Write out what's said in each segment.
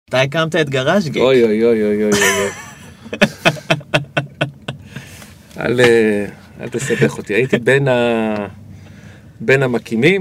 אתה הקמת את גראז' גיק. אוי אוי אוי אוי אוי אוי. אל תסבך אותי, הייתי בין המקימים.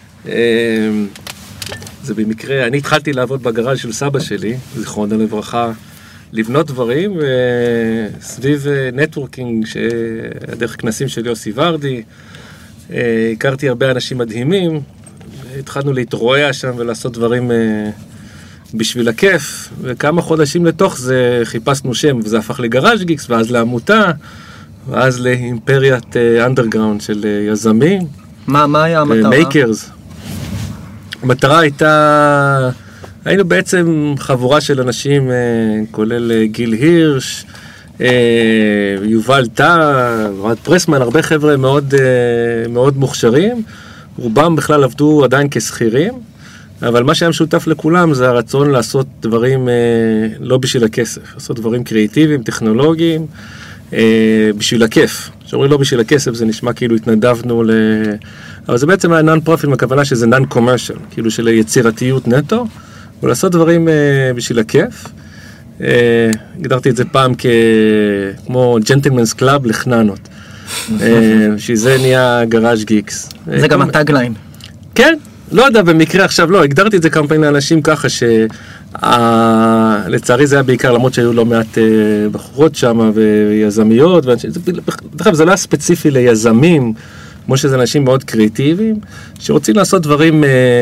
זה במקרה, אני התחלתי לעבוד בגראז' של סבא שלי, זיכרונו לברכה, לבנות דברים סביב נטוורקינג, דרך כנסים של יוסי ורדי. הכרתי הרבה אנשים מדהימים, התחלנו להתרועע שם ולעשות דברים בשביל הכיף, וכמה חודשים לתוך זה חיפשנו שם, וזה הפך לגראז' גיקס, ואז לעמותה, ואז לאימפריית אנדרגראונד של יזמים. מה היה המטרה? מייקרס. המטרה הייתה, היינו בעצם חבורה של אנשים, כולל גיל הירש, יובל טה, אוהד פרסמן, הרבה חבר'ה מאוד, מאוד מוכשרים, רובם בכלל עבדו עדיין כשכירים, אבל מה שהיה משותף לכולם זה הרצון לעשות דברים לא בשביל הכסף, לעשות דברים קריאטיביים, טכנולוגיים, בשביל הכיף. שאומרים לא בשביל הכסף, זה נשמע כאילו התנדבנו אבל זה בעצם היה נון-פרופיל, הכוונה שזה נון-קומרשל, כאילו של יצירתיות נטו, ולעשות דברים בשביל הכיף. הגדרתי את זה פעם כמו ג'נטלמנס קלאב לחננות, שזה נהיה גראז' גיקס. זה גם הטאגליין. כן, לא יודע, במקרה עכשיו לא, הגדרתי את זה כמה פעמים לאנשים ככה לצערי זה היה בעיקר למרות שהיו לא מעט בחורות שם ויזמיות, זה לא היה ספציפי ליזמים, כמו שזה אנשים מאוד קריאטיביים, שרוצים לעשות דברים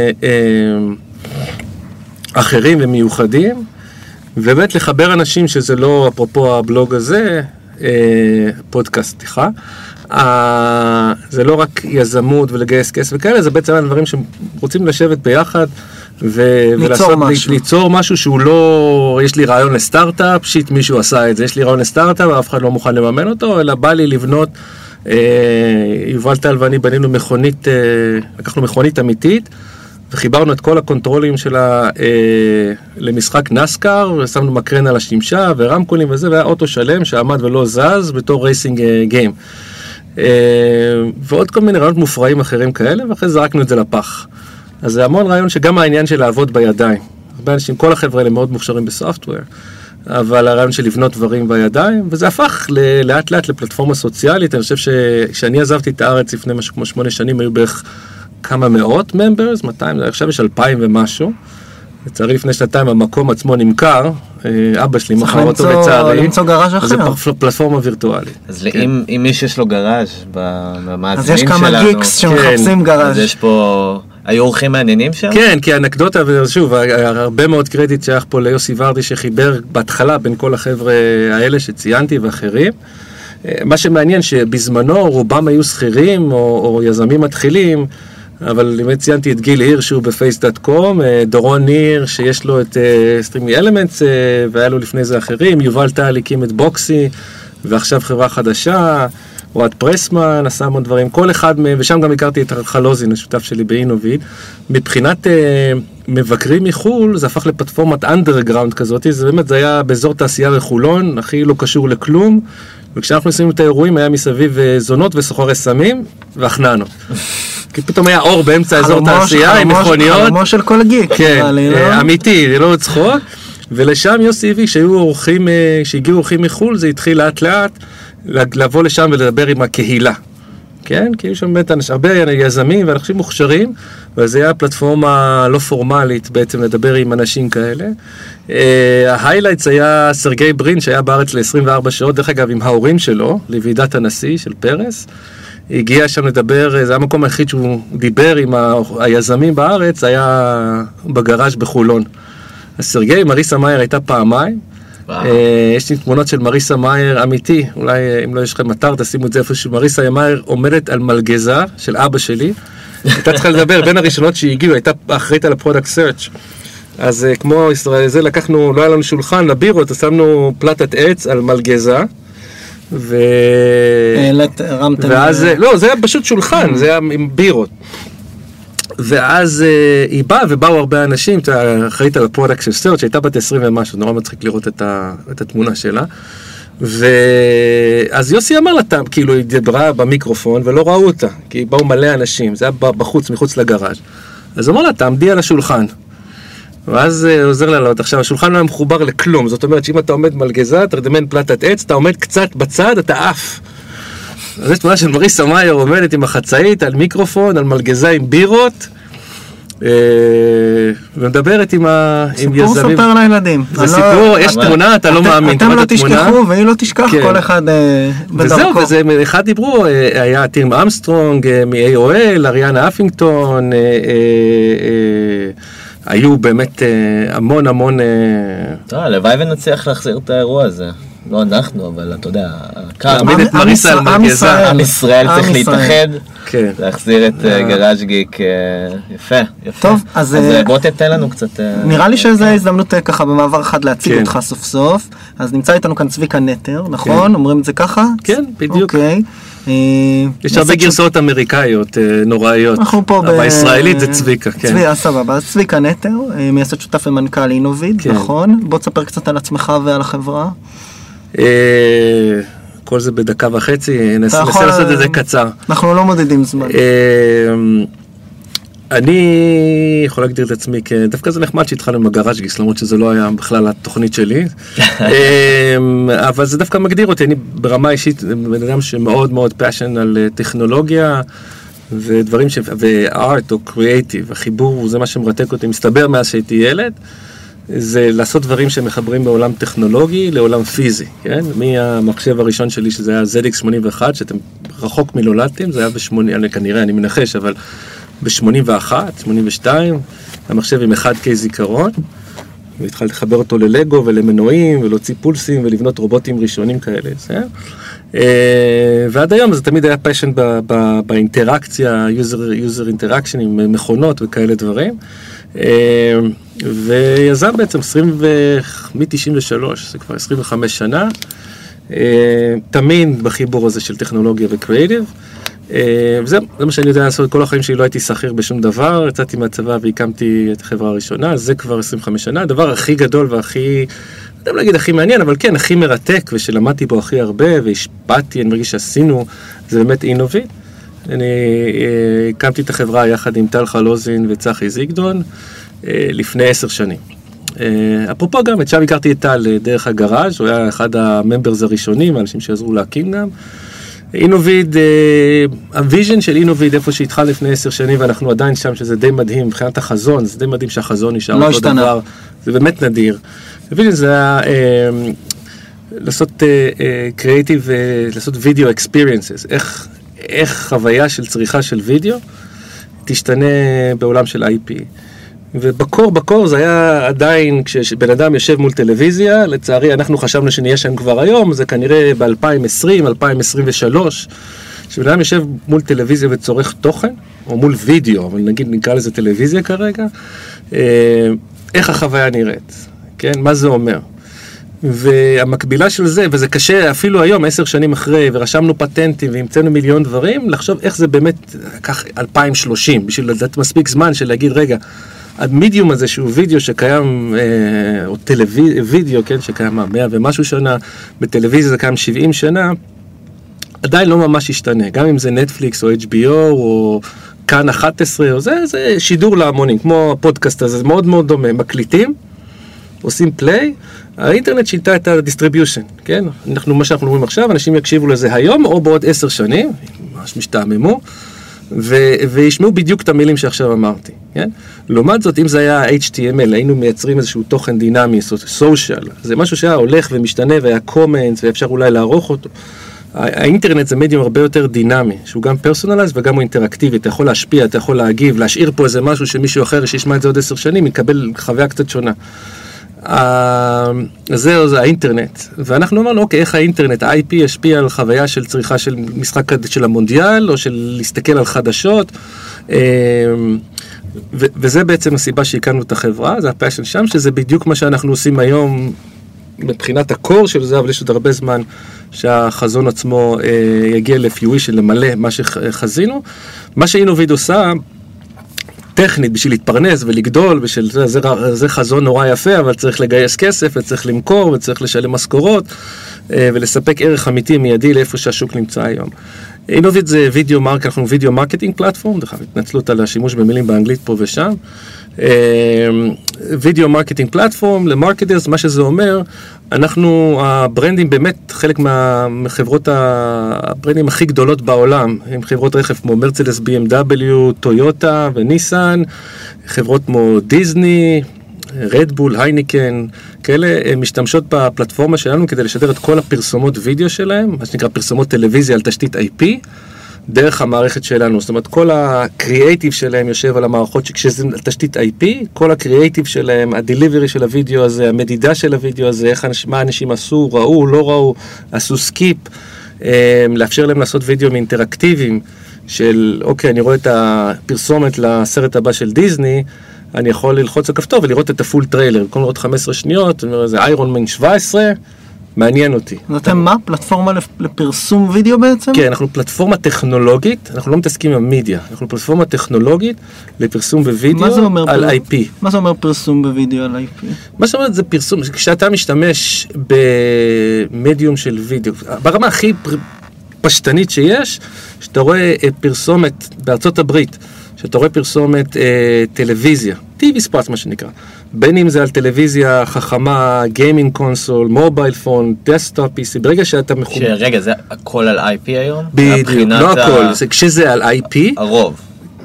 אחרים ומיוחדים, ובאמת לחבר אנשים שזה לא, אפרופו הבלוג הזה, פודקאסט, סליחה, זה לא רק יזמות ולגייס כסף וכאלה, זה בעצם דברים שרוצים לשבת ביחד, ליצור משהו שהוא לא, יש לי רעיון לסטארט-אפ, שיט מישהו עשה את זה, יש לי רעיון לסטארט-אפ, ואף אחד לא מוכן לממן אותו, אלא בא לי לבנות, יובל טל ואני בנינו מכונית, לקחנו מכונית אמיתית, וחיברנו את כל הקונטרולים שלה למשחק נסקר, ושמנו מקרן על השמשה ורמקולים וזה, והיה אוטו שלם שעמד ולא זז בתור רייסינג גיים. ועוד כל מיני רעיונות מופרעים אחרים כאלה, ואחרי זה זרקנו את זה לפח. אז זה המון רעיון שגם העניין של לעבוד בידיים. הרבה אנשים, כל החבר'ה האלה מאוד מוכשרים בסופטוור, אבל הרעיון של לבנות דברים בידיים, וזה הפך לאט לאט לפלטפורמה סוציאלית. אני חושב שכשאני עזבתי את הארץ לפני משהו כמו 8 שנים, היו בערך כמה מאות ממברס, 200, עכשיו יש 2,000 ומשהו. לצערי לפני 2 המקום עצמו נמכר, אבא שלי מכר אותו בצערי. למצוא גראז' אחר. זה פלטפורמה וירטואלית. אז אם מישהו יש לו גראז' במאזינים שלנו. אז יש כמה גיקס שמחפשים גראז'. אז יש פה, היו אורחים מעניינים שם? כן, כי האנקדוטה, ושוב, הרבה מאוד קרדיט שייך פה ליוסי ורדי שחיבר בהתחלה בין כל החבר'ה האלה שציינתי ואחרים. מה שמעניין שבזמנו רובם היו שכירים או יזמים מתחילים, אבל באמת ציינתי את גיל הירש שהוא בפייס.קום, דורון ניר שיש לו את סטרימי אלמנטס, והיה לו לפני זה אחרים, יובל טל הקים את בוקסי, ועכשיו חברה חדשה, אוהד פרסמן, עשה המון דברים, כל אחד מהם, ושם גם הכרתי את חלוזין, השותף שלי באינוביד. מבחינת מבקרים מחול, זה הפך לפלטפורמת אנדרגראונד כזאת, זה באמת, זה היה באזור תעשייה בחולון, הכי לא קשור לכלום, וכשאנחנו עשינו את האירועים, היה מסביב זונות וסוחרי סמים, והחננות. כי פתאום היה אור באמצע אזור תעשייה, עם מכוניות. חלומו של כל גיק. כן, אמיתי, זה לא צחוק. ולשם יוסי הביא, כשהגיעו אורחים מחול, זה התחיל לאט לאט, לבוא לשם ולדבר עם הקהילה. כן? כי יש שם באמת הרבה יזמים ואנשים מוכשרים, וזה היה פלטפורמה לא פורמלית בעצם לדבר עם אנשים כאלה. ההיילייטס היה סרגי ברין, שהיה בארץ ל-24 שעות, דרך אגב, עם ההורים שלו, לוועידת הנשיא של פרס. הגיע שם לדבר, זה היה המקום היחיד שהוא דיבר עם היזמים בארץ, היה בגראז' בחולון. אז סרגי, מריסה מאייר הייתה פעמיים, יש לי תמונות של מריסה מאייר אמיתי, אולי אם לא יש לכם אתר, תשימו את זה איפשהו, מריסה מאייר עומדת על מלגזה של אבא שלי, הייתה צריכה לדבר בין הראשונות שהגיעו, הייתה אחראית על הפרודקט סרצ'. אז כמו ישראל זה, לקחנו, לא היה לנו שולחן לבירות, אז שמנו פלטת עץ על מלגזה, ואז, לא, זה היה פשוט שולחן, זה היה עם בירות. ואז היא באה, ובאו הרבה אנשים, אחראית על הפרודקט של סרט, שהייתה בת 20 ומשהו, נורא מצחיק לראות את התמונה שלה. ואז יוסי אמר לה, כאילו היא דיברה במיקרופון ולא ראו אותה, כי באו מלא אנשים, זה היה בחוץ, מחוץ לגראז'. אז אמר לה, תעמדי על השולחן. ואז עוזר לעלות. עכשיו, השולחן לא היה מחובר לכלום, זאת אומרת שאם אתה עומד מלגזה, אתה מדמיין פלטת עץ, אתה עומד קצת בצד, אתה עף. אז יש תמונה של מריסה מאייר עומדת עם החצאית, על מיקרופון, על מלגזה עם בירות, ומדברת עם יזמים. סיפור סופר לילדים. זה סיפור, יש תמונה, אתה לא מאמין. אתם לא תשכחו, והיא לא תשכח, כל אחד בדרכו. וזהו, אחד דיברו, היה טים אמסטרונג מ-AOL, אריאנה אפינגטון, היו באמת המון. הלוואי ונצליח להחזיר את האירוע הזה. לא אנחנו, אבל אתה יודע, להעמיד את מריסה על מלגזה. עם ישראל צריך להתאחד, להחזיר את גראז' גיק, יפה. טוב, אז בוא תתן לנו קצת. נראה לי שזו הזדמנות ככה במעבר אחד להציג אותך סוף סוף. אז נמצא איתנו כאן צביקה נטר, נכון? אומרים את זה ככה? כן, בדיוק. אוקיי. יש הרבה גרסאות אמריקאיות נוראיות, אבל הישראלית זה צביקה, כן. סבבה, אז צביקה נטר, מייסד שותף ומנכ"ל אינוביד, נכון? בוא תספר קצת על עצמך ועל החברה. כל זה בדקה וחצי, ננסה לעשות את זה קצר. אנחנו לא מודדים זמן. אני יכול להגדיר את עצמי, דווקא זה נחמד שהתחלנו עם הגראז' גיק, למרות שזה לא היה בכלל התוכנית שלי, אבל זה דווקא מגדיר אותי, אני ברמה אישית, בן אדם שמאוד מאוד פאשן על טכנולוגיה, ודברים וארט או קריאייטיב, החיבור זה מה שמרתק אותי, מסתבר מאז שהייתי ילד, זה לעשות דברים שמחברים בעולם טכנולוגי לעולם פיזי, כן? מהמחשב הראשון שלי שזה היה ZX81, שאתם רחוק מלולדתם, זה היה כנראה, אני מנחש, אבל ב-81, 82, המחשב עם 1K זיכרון, והתחלתי לחבר אותו ללגו ולמנועים, ולהוציא פולסים ולבנות רובוטים ראשונים כאלה, ועד היום זה תמיד היה פשן באינטראקציה, user interaction עם מכונות וכאלה דברים, ויזם בעצם מ-93, זה כבר 25 שנה, תמיד בחיבור הזה של טכנולוגיה וקריאטיב, וזה מה שאני יודע לעשות, כל החיים שלי לא הייתי שכיר בשום דבר, יצאתי מהצבא והקמתי את החברה הראשונה, זה כבר 25 שנה, הדבר הכי גדול והכי, לא יודע להגיד הכי מעניין, אבל כן, הכי מרתק, ושלמדתי בו הכי הרבה, והשפעתי, אני מרגיש שעשינו, זה באמת אינוביד. אני הקמתי את החברה יחד עם טל חלוזין וצחי זיגדון, לפני 10 שנים. אפרופו גם, את שם הכרתי את טל דרך הגראז', הוא היה אחד הממברס הראשונים, האנשים שעזרו להקים גם. אינוביד, הוויז'ן של אינוביד, איפה שהתחל לפני 10 שנים, ואנחנו עדיין שם, שזה די מדהים, מבחינת החזון, זה די מדהים שהחזון נשאר אותו דבר, זה באמת נדיר. הוויז'ן זה היה לעשות קריאיטיב, לעשות וידאו אקספיריאנסס, איך חוויה של צריכה של וידאו תשתנה בעולם של IP. ובקור זה היה עדיין, כשבן אדם יושב מול טלוויזיה, לצערי אנחנו חשבנו שנהיה שם כבר היום, זה כנראה ב-2020, 2023, כשבן אדם יושב מול טלוויזיה וצורך תוכן, או מול וידאו, אבל נקרא לזה טלוויזיה כרגע, איך החוויה נראית, כן? מה זה אומר? והמקבילה של זה, וזה קשה אפילו היום, 10 שנים אחרי, ורשמנו פטנטים והמצאנו מיליון דברים, לחשוב איך זה באמת, כך 2030, בשביל לדעת מספיק זמן של להגיד, רגע, המדיום הזה שהוא וידאו שקיים, או וידאו, כן, שקיים 100 ומשהו שנה, בטלוויזיה זה קיים 70 שנה, עדיין לא ממש ישתנה, גם אם זה נטפליקס או HBO או כאן 11, או זה שידור להמונים, כמו הפודקאסט הזה, זה מאוד מאוד דומה, מקליטים, עושים פליי, האינטרנט שינתה את הדיסטריביושן, כן? מה שאנחנו אומרים עכשיו, אנשים יקשיבו לזה היום או בעוד 10 שנים, ממש משתעממו, וישמעו בדיוק את המילים שעכשיו אמרתי, כן? לעומת זאת, אם זה היה HTML, היינו מייצרים איזשהו תוכן דינמי, סושיאל, זה משהו שהיה הולך ומשתנה, והיה קומנטס, ואפשר אולי לערוך אותו. האינטרנט זה מדיום הרבה יותר דינמי, שהוא גם פרסונליז וגם הוא אינטראקטיבי, אתה יכול להשפיע, אתה יכול להגיב, להשאיר פה איזה משהו שמישהו אחר שישמע את זה עוד 10 שנים, יקבל חוויה קצת שונה. זה האינטרנט, ואנחנו אמרנו, אוקיי, איך האינטרנט, ה-IP ישפיע על חוויה של צריכה של משחק של המונדיאל, או של להסתכל על חדשות, וזה בעצם הסיבה שהקמנו את החברה, זה הפאשן שם, שזה בדיוק מה שאנחנו עושים היום, מבחינת הקור של זה, אבל יש עוד הרבה זמן שהחזון עצמו יגיע לפיואי של למלא מה שחזינו. מה שאינוביד עושה, טכנית, בשביל להתפרנס ולגדול, זה חזון נורא יפה, אבל צריך לגייס כסף, וצריך למכור, וצריך לשלם משכורות, ולספק ערך אמיתי מיידי לאיפה שהשוק נמצא היום. אינוביד זה וידאו מרקטינג, אנחנו וידאו מרקטינג פלטפורם, התנצלות על השימוש במילים באנגלית פה ושם, וידאו מרקטינג פלטפורם למרקטרס, מה שזה אומר, אנחנו הברנדים באמת חלק מהחברות הברנדים הכי גדולות בעולם, עם חברות רכב כמו מרצדס, BMW, טויוטה וניסן, חברות כמו דיזני, רדבול, הייניקן, כאלה משתמשות בפלטפורמה שלנו כדי לשדר את כל הפרסומות וידאו שלהם, מה שנקרא פרסומות טלוויזיה על תשתית IP, דרך המערכת שלנו. זאת אומרת, כל הקריאייטיב שלהם יושב על המערכות שכשזה תשתית IP, כל הקריאייטיב שלהם, הדליברי של הוידאו הזה, המדידה של הוידאו הזה, מה אנשים עשו, ראו, לא ראו, עשו סקיפ, לאפשר להם לעשות וידאו אינטראקטיביים של, אוקיי, אני רואה את הפרסומת לסרט הבא של דיזני, אני יכול ללחוץ על כפתור ולראות את הפול טריילר, במקום לראות 15 שניות, אני אומר, זה איירון מן 17, מעניין אותי. אז אתם מה? פלטפורמה לפרסום וידאו בעצם? כן, אנחנו פלטפורמה טכנולוגית, אנחנו לא מתעסקים עם המדיה, אנחנו פלטפורמה טכנולוגית לפרסום בווידאו על IP. מה זה אומר פרסום בווידאו על IP? מה זאת אומרת זה פרסום, כשאתה משתמש במדיום של וידאו, ברמה הכי פשטנית שיש, שאתה רואה פרסומת בארצות הברית, שאתה רואה פרסומת טלוויזיה, TV ספוט מה שנקרא, בין אם זה על טלוויזיה חכמה, גיימינג קונסול, מובייל פון, דסקטופ, PC, ברגע שאתה מחובר... רגע, זה הכל על IP היום? בדיוק, לא הכל, כשזה על IP... הרוב.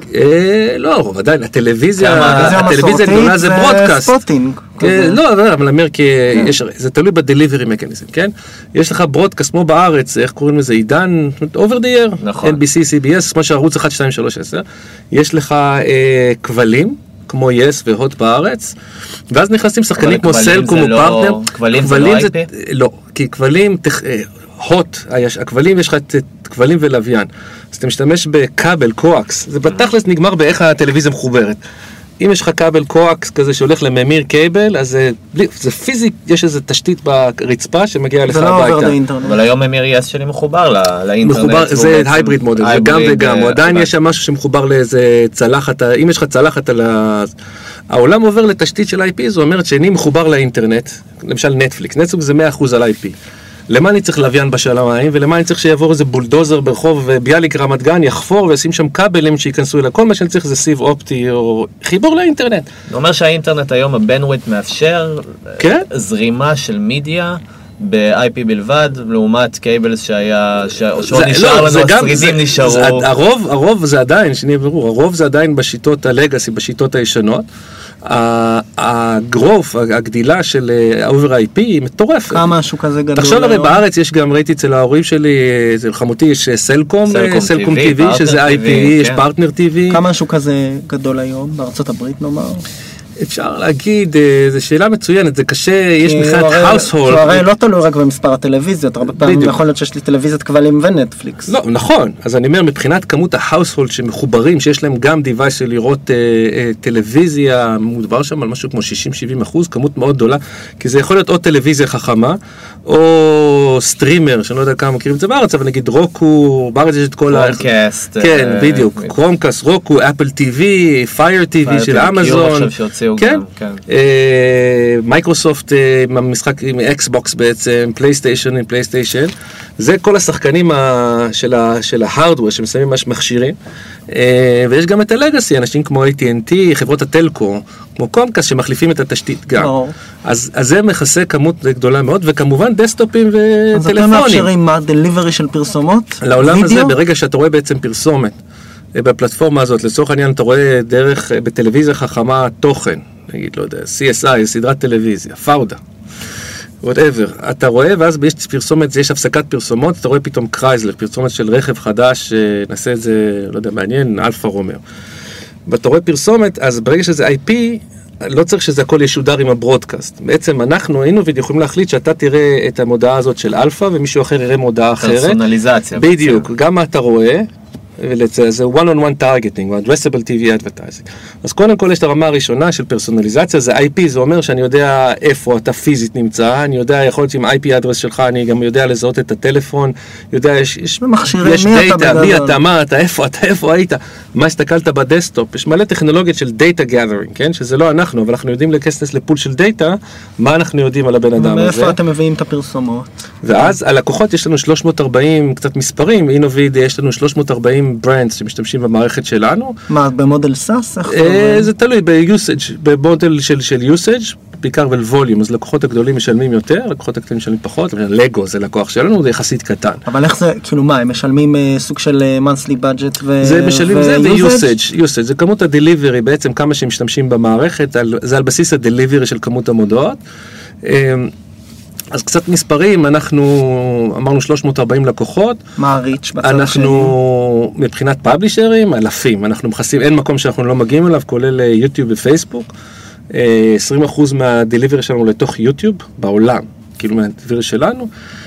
לא הרוב, עדיין, הטלוויזיה הגדולה זה ברודקאסט. ספוטינג. לא, אבל אני אומר, זה תלוי בדליברי מקניזם, כן? יש לך ברודקאסט כמו בארץ, איך קוראים לזה, עידן, over the air, NBC, CBS, כמו שערוץ 1, 2, 3, 10. יש לך כבלים, כמו יס והוט בארץ, ואז נכנסים שחקנים כמו סלקום ופרטנר. כבלים זה לא IP? לא, כי כבלים, הוט, הכבלים יש לך כבלים ולוויין. אז אתה משתמש בכבל, קואקס, זה בתכלס נגמר באיך הטלוויזיה מחוברת. אם יש לך כבל קואקס כזה שהולך לממיר קייבל, אז זה פיזיק, יש איזו תשתית ברצפה שמגיעה לך הביתה. זה לא עובר לאינטרנט. אבל היום ממיר יס שלי מחובר לאינטרנט. זה הייבריד מודל, זה גם וגם. עדיין יש שם משהו שמחובר לאיזה צלחת, אם יש לך צלחת על העולם עובר לתשתית של IP, זו אומרת שאני מחובר לאינטרנט, למשל נטפליקס, נטפליקס זה 100% על IP. למה אני צריך לוויין בשלמיים, ולמה אני צריך שיעבור איזה בולדוזר ברחוב ביאליק רמת גן, יחפור וישים שם כבלים שיכנסו אליו, כל מה שאני צריך זה סיב אופטי או חיבור לאינטרנט. זה אומר שהאינטרנט היום, הבנדווידט מאפשר זרימה של מידיה ב-IP בלבד, לעומת קייבלס שעוד נשאר לנו, השרידים נשארו. הרוב זה עדיין, שנהיה ברור, הרוב זה עדיין בשיטות הלגאסי, בשיטות הישנות. הגרוף, הגדילה של ה-over IP היא מטורפת. כמה השוק הזה גדול? תחשוב הרי בארץ יש גם, ראיתי אצל ההורים שלי, אצל חמותי יש סלקום TV, שזה IP, יש פרטנר TV. כמה השוק הזה גדול היום, בארצות הברית נאמר? אפשר להגיד, זו שאלה מצוינת, זה קשה, יש מבחינת האוסהולד. הרי לא תלוי רק במספר הטלוויזיות, הרבה פעמים יכול להיות שיש לי טלוויזיית כבלים ונטפליקס. לא, נכון, אז אני אומר, מבחינת כמות ההאוסהולד שמחוברים, שיש להם גם דיווייס של לראות טלוויזיה, מדובר שם על משהו כמו 60-70%, כמות מאוד גדולה, כי זה יכול להיות או טלוויזיה חכמה, או סטרימר, שאני לא יודע כמה מכירים את זה בארץ, אבל נגיד רוקו, בארץ יש את כל קרומקאסט. כן, בדיוק, קרומקאסט, רוקו, אפל TV, פייר TV של אמזון. כן, מייקרוסופט עם המשחק, עם אקסבוקס בעצם, פלייסטיישן עם פלייסטיישן, זה כל השחקנים של ההארדוור שמסיימים ממש מכשירים, ויש גם את הלגאסי, אנשים כמו AT&T, חברות הטלקו, כמו קומקאסט שמחליפים את התשתית גם. אז זה מכסה כמות גדולה מאוד, וכמובן דסקטופים וטלפונים. אז אתם מאפשרים מה? דליברי של פרסומות? לעולם הזה, ברגע שאתה רואה בעצם פרסומת, בפלטפורמה הזאת, לצורך העניין אתה רואה דרך בטלוויזיה חכמה תוכן, נגיד, לא יודע, CSI, סדרת טלוויזיה, פאודה, whatever, אתה רואה, ואז יש פרסומת, יש הפסקת פרסומות, אתה רואה פתאום קרייזלר, פרסומת של רכב חדש, נעשה את זה, לא יודע, מעניין, אלפה רומר. ואתה רואה פרסומת, אז ברגע שזה IP, לא צריך שזה הכל ישודר עם הברודקאסט. בעצם אנחנו היינו ויכולים להחליט שאתה תראה את המודעה הזאת של אלפה, ומישהו אחר יראה מודעה אחרת. פרסונליזציה. בדיוק, גם מה אתה רואה, זה one-on-one targeting, או addressable TV advertising. אז קודם כל יש את הרמה הראשונה של פרסונליזציה, זה IP, זה אומר שאני יודע איפה אתה פיזית נמצא, אני יודע, יכול להיות עם IP אדרס שלך, אני גם יודע לזהות את הטלפון, יודע, יש דאטה, מי אתה, מה אתה, איפה היית, מה הסתכלת בדסטופ, יש מלא טכנולוגיות של data gathering, כן? שזה לא אנחנו, אבל אנחנו יודעים לקסנס לפול של דאטה, מה אנחנו יודעים על הבן אדם הזה. ומאיפה אתם מביאים את הפרסומות? ואז, הלקוחות יש לנו 340, קצת מספרים, אינוביד, יש לנו 340 ברנדס שמשתמשים במערכת שלנו. מה, במודל סאס? זה תלוי ב-usage, במודל של usage, בעיקר בווליום, אז לקוחות הגדולים משלמים יותר, לקוחות הקטנים משלמים פחות, לגו זה לקוח שלנו, זה יחסית קטן. אבל איך זה, כאילו מה, הם משלמים סוג של monthly budget זה משלמים זה ו-usage, זה כמות הדליברי, בעצם כמה שהם משתמשים במערכת, זה על בסיס הדליברי של כמות המודעות. אז קצת מספרים, אנחנו אמרנו 340 לקוחות. מה הריץ' בצד אנחנו, מבחינת פאבלישרים, אלפים. אנחנו מחסים, אין מקום שאנחנו לא מגיעים אליו, כולל יוטיוב ופייסבוק. 20% מהדליברי שלנו לתוך יוטיוב, בעולם, כאילו מהדליברי שלנו.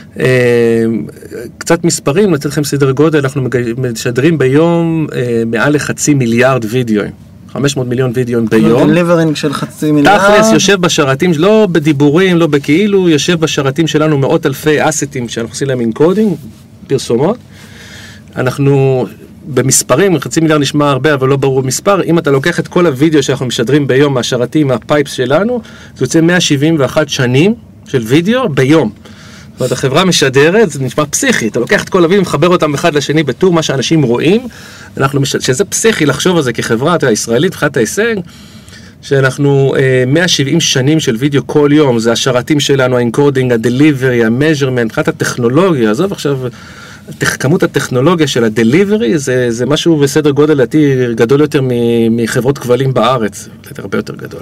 קצת מספרים, נתן לכם סדר גודל, אנחנו משדרים ביום מעל ל500 מיליארד וידאוים. 500 מיליון וידאוים ביום. דליברינג של 500 מיליארד. תכלס יושב בשרתים, לא בדיבורים, לא בכאילו, יושב בשרתים שלנו מאות אלפי אסטים שאנחנו עושים להם אינקודינג, פרסומות. אנחנו במספרים, 500 מיליארד נשמע הרבה, אבל לא ברור מספר. אם אתה לוקח את כל הוידאו שאנחנו משדרים ביום מהשרתים, מהפייפס שלנו, זה יוצא 171 שנים של וידאו ביום. זאת אומרת, החברה משדרת, זה נשמע פסיכי, אתה לוקח את כל הוידאו, מחבר אותם אחד לשני בטור, מה שאנשים רואים, שזה פסיכי לחשוב על זה כחברה הישראלית, מבחינת ההישג, שאנחנו 170 שנים של וידאו כל יום, זה השרתים שלנו, האנקודינג, הדליברי, המז'רמנט, מבחינת הטכנולוגיה, עזוב עכשיו, כמות הטכנולוגיה של הדליברי, זה משהו בסדר גודל גדול יותר מחברות כבלים בארץ, זה הרבה יותר גדול.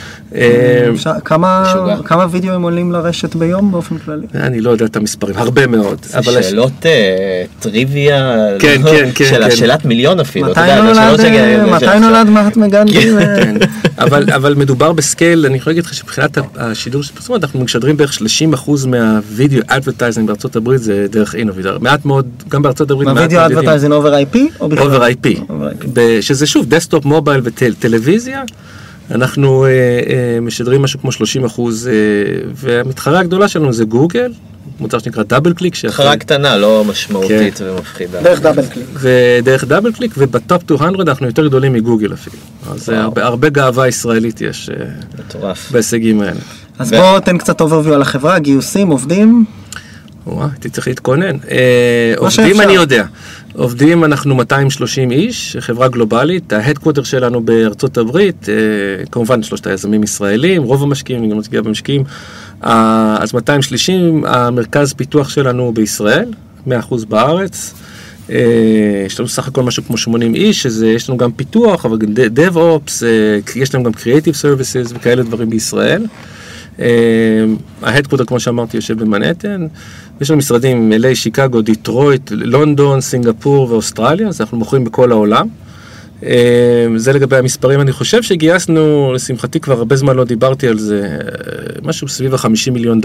כמה וידאו הם עולים לרשת ביום באופן כללי? אני לא יודע את המספרים, הרבה מאוד. זה שאלות טריוויה, של השאלת מיליון אפילו. מתי נולד מהטמה גנדי? אבל מדובר בסקייל, אני יכול להגיד לך שבחינת השידור של פרסומות, אנחנו משדרים בערך 30% מהווידאו אדברטייזינג בארצות הברית, זה דרך אינובידר. מעט מאוד, גם בארצות הברית. מהווידאו אדברטייזינג אובר IP? אובר IP. שזה שוב, דסקטופ, מובייל וטלוויזיה. אנחנו משדרים משהו כמו 30%, והמתחרה הגדולה שלנו זה גוגל, מוצר שנקרא דאבל קליק. מתחרה קטנה, לא משמעותית ומפחידה. דרך דאבל קליק. ודרך דאבל קליק, ובטופ 200 אנחנו יותר גדולים מגוגל אפילו. אז הרבה גאווה ישראלית יש בהישגים האלה. אז בואו תן קצת אוברוויו על החברה, גיוסים, עובדים. הייתי צריך להתכונן. עובדים אני יודע. עובדים אנחנו 230 איש, חברה גלובלית, ההדקווטר שלנו בארצות הברית, כמובן שלושת היזמים ישראלים, רוב המשקיעים, אני גם מציגה במשקיעים, אז 230, המרכז פיתוח שלנו בישראל, 100% בארץ, יש לנו סך הכל משהו כמו 80 איש, יש לנו גם פיתוח, אבל גם DevOps, יש לנו גם Creative Services וכאלה דברים בישראל. ההדקווטר, כמו שאמרתי, יושב במנהטן. יש לנו משרדים LA, שיקגו, דיטרויט, לונדון, סינגפור ואוסטרליה, אז אנחנו מוכרים בכל העולם. זה לגבי המספרים. אני חושב שגייסנו, לשמחתי כבר הרבה זמן לא דיברתי על זה, משהו סביב $50 מיליון.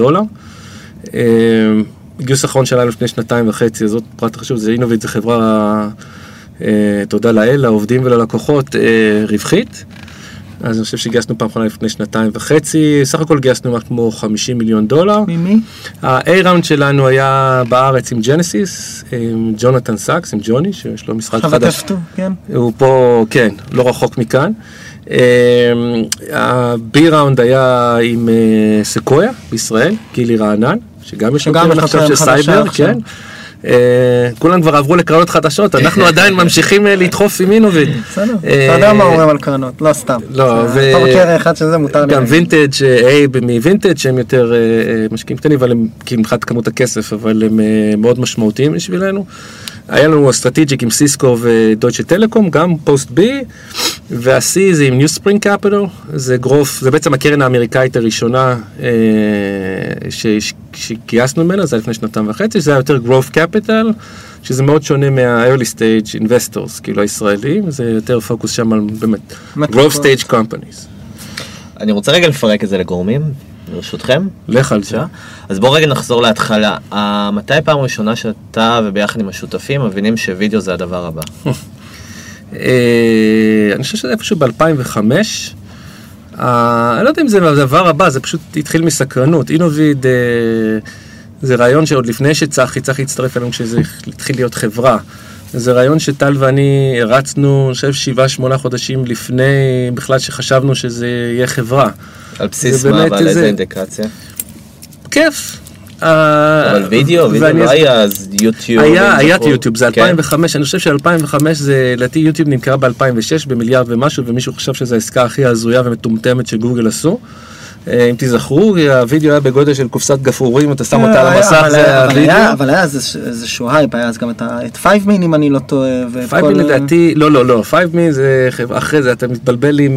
גיוס האחרון שלנו לפני 2.5 שנים, זאת פרט חשוב, זה אינוביט, זה חברה, תודה לאל, לעובדים וללקוחות, רווחית. אז אני חושב שגייסנו פעם אחרונה לפני 2.5 שנים, סך הכל גייסנו כמו $50 מיליון. ממי? ה-A-ראונד שלנו היה בארץ עם ג'נסיס, עם ג'ונתן סאקס, עם ג'וני, שיש לו משחק חדש. חבטפתו, כן. הוא פה, כן, לא רחוק מכאן. ה-B-ראונד היה עם סקויה בישראל, גילי רענן, שגם יש לו קרן עכשיו של סייבר, כן. כולם כבר עברו לקרנות חדשות, אנחנו עדיין ממשיכים לדחוף עם אינוביט. בסדר, אתה יודע מה אומרים על קרנות, לא סתם. לא, אתה מכיר אחד שזה מותר לי. גם וינטג' מווינטג' שהם יותר משקיעים קטנים, אבל הם כמעט כמות הכסף, אבל הם מאוד משמעותיים בשבילנו. היה לנו אסטרטג'יק עם סיסקו ודויטשה טלקום, גם פוסט בי, וה-C זה עם ניוספרינג קפיטל, זה גרוף, זה בעצם הקרן האמריקאית הראשונה שגייסנו ממנה, זה לפני 2.5 שנים, זה היה יותר growth capital, שזה מאוד שונה מה-early stage investors, כאילו הישראלים, זה יותר פוקוס שם על באמת, growth stage companies. אני רוצה רגע לפרק את זה לגורמים, ברשותכם. לך על זה. אז בואו רגע נחזור להתחלה. מתי פעם ראשונה שאתה וביחד עם השותפים מבינים שווידאו זה הדבר הבא? אני חושב שזה איפשהו ב-2005. אני לא יודע אם זה הדבר הבא, זה פשוט התחיל מסקרנות. אינוביד זה רעיון שעוד לפני שצחי הצטרף אלינו כשזה התחיל להיות חברה. זה רעיון שטל ואני הרצנו, אני חושב 7-8 חודשים לפני בכלל שחשבנו שזה יהיה חברה. על בסיס מה, ועל איזה אינדיקציה? כיף. אבל וידאו לא היה אז יוטיוב. היה יוטיוב, זה 2005, אני חושב ש-2005 זה, לדעתי יוטיוב נמכרה ב-2006 במיליארד ומשהו, ומישהו חשב שזו העסקה הכי הזויה ומטומטמת שגוגל עשו. אם תזכרו, הוידאו היה בגודל של קופסת גפרורים, אתה שם אותה על המסך, זה הוידאו. אבל היה איזשהו הייפ, היה אז גם את 5min אם אני לא טועה. 5min לדעתי, לא, 5min זה אחרי זה, אתה מתבלבל עם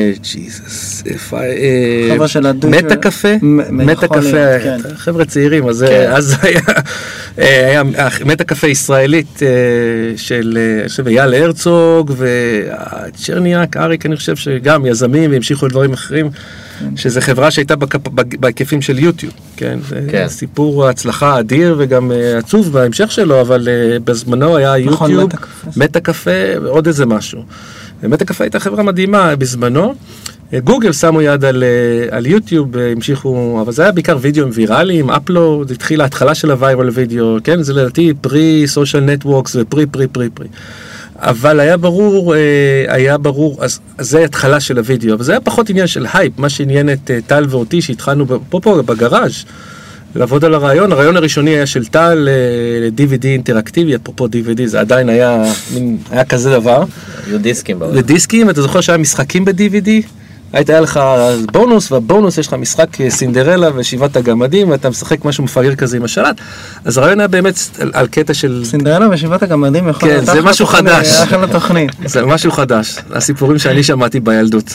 חבר'ה של מטה קפה, חבר'ה צעירים, אז היה מטה קפה ישראלית של אייל הרצוג וצ'רניאק, אריק, אני חושב שגם יזמים והמשיכו לדברים אחרים, שזה חברה שהייתה בהיקפים של יוטיוב, כן? זה סיפור הצלחה אדיר וגם עצוב בהמשך שלו, אבל בזמנו היה יוטיוב, מטה קפה ועוד איזה משהו. מטה קפה הייתה חברה מדהימה בזמנו. גוגל שמו יד על יוטיוב, המשיכו, אבל זה היה בעיקר וידאוים ויראליים, אפלוד, זה התחיל ההתחלה של הווירל וידאו, כן? זה לדעתי פרי סושיאל נטוורקס ופרי. אבל היה ברור, אז זה התחלה של הוידאו, אבל זה היה פחות עניין של הייפ, מה שעניין את טל ואותי שהתחלנו פה בגראז' לעבוד על הרעיון הראשוני היה של טל, DVD אינטראקטיבי, אפרופו DVD, זה עדיין היה כזה דבר. היו דיסקים. ודיסקים, אתה זוכר שהיה משחקים ב-DVD? היה לך בונוס, ובונוס יש לך משחק סינדרלה ושבעת הגמדים, ואתה משחק משהו מפגר כזה עם השלט. אז הרעיון היה באמת על קטע של... סינדרלה ושבעת הגמדים יכול להיות... כן, זה משהו חדש. אחלה תוכנית. זה משהו חדש. הסיפורים שאני שמעתי בילדות.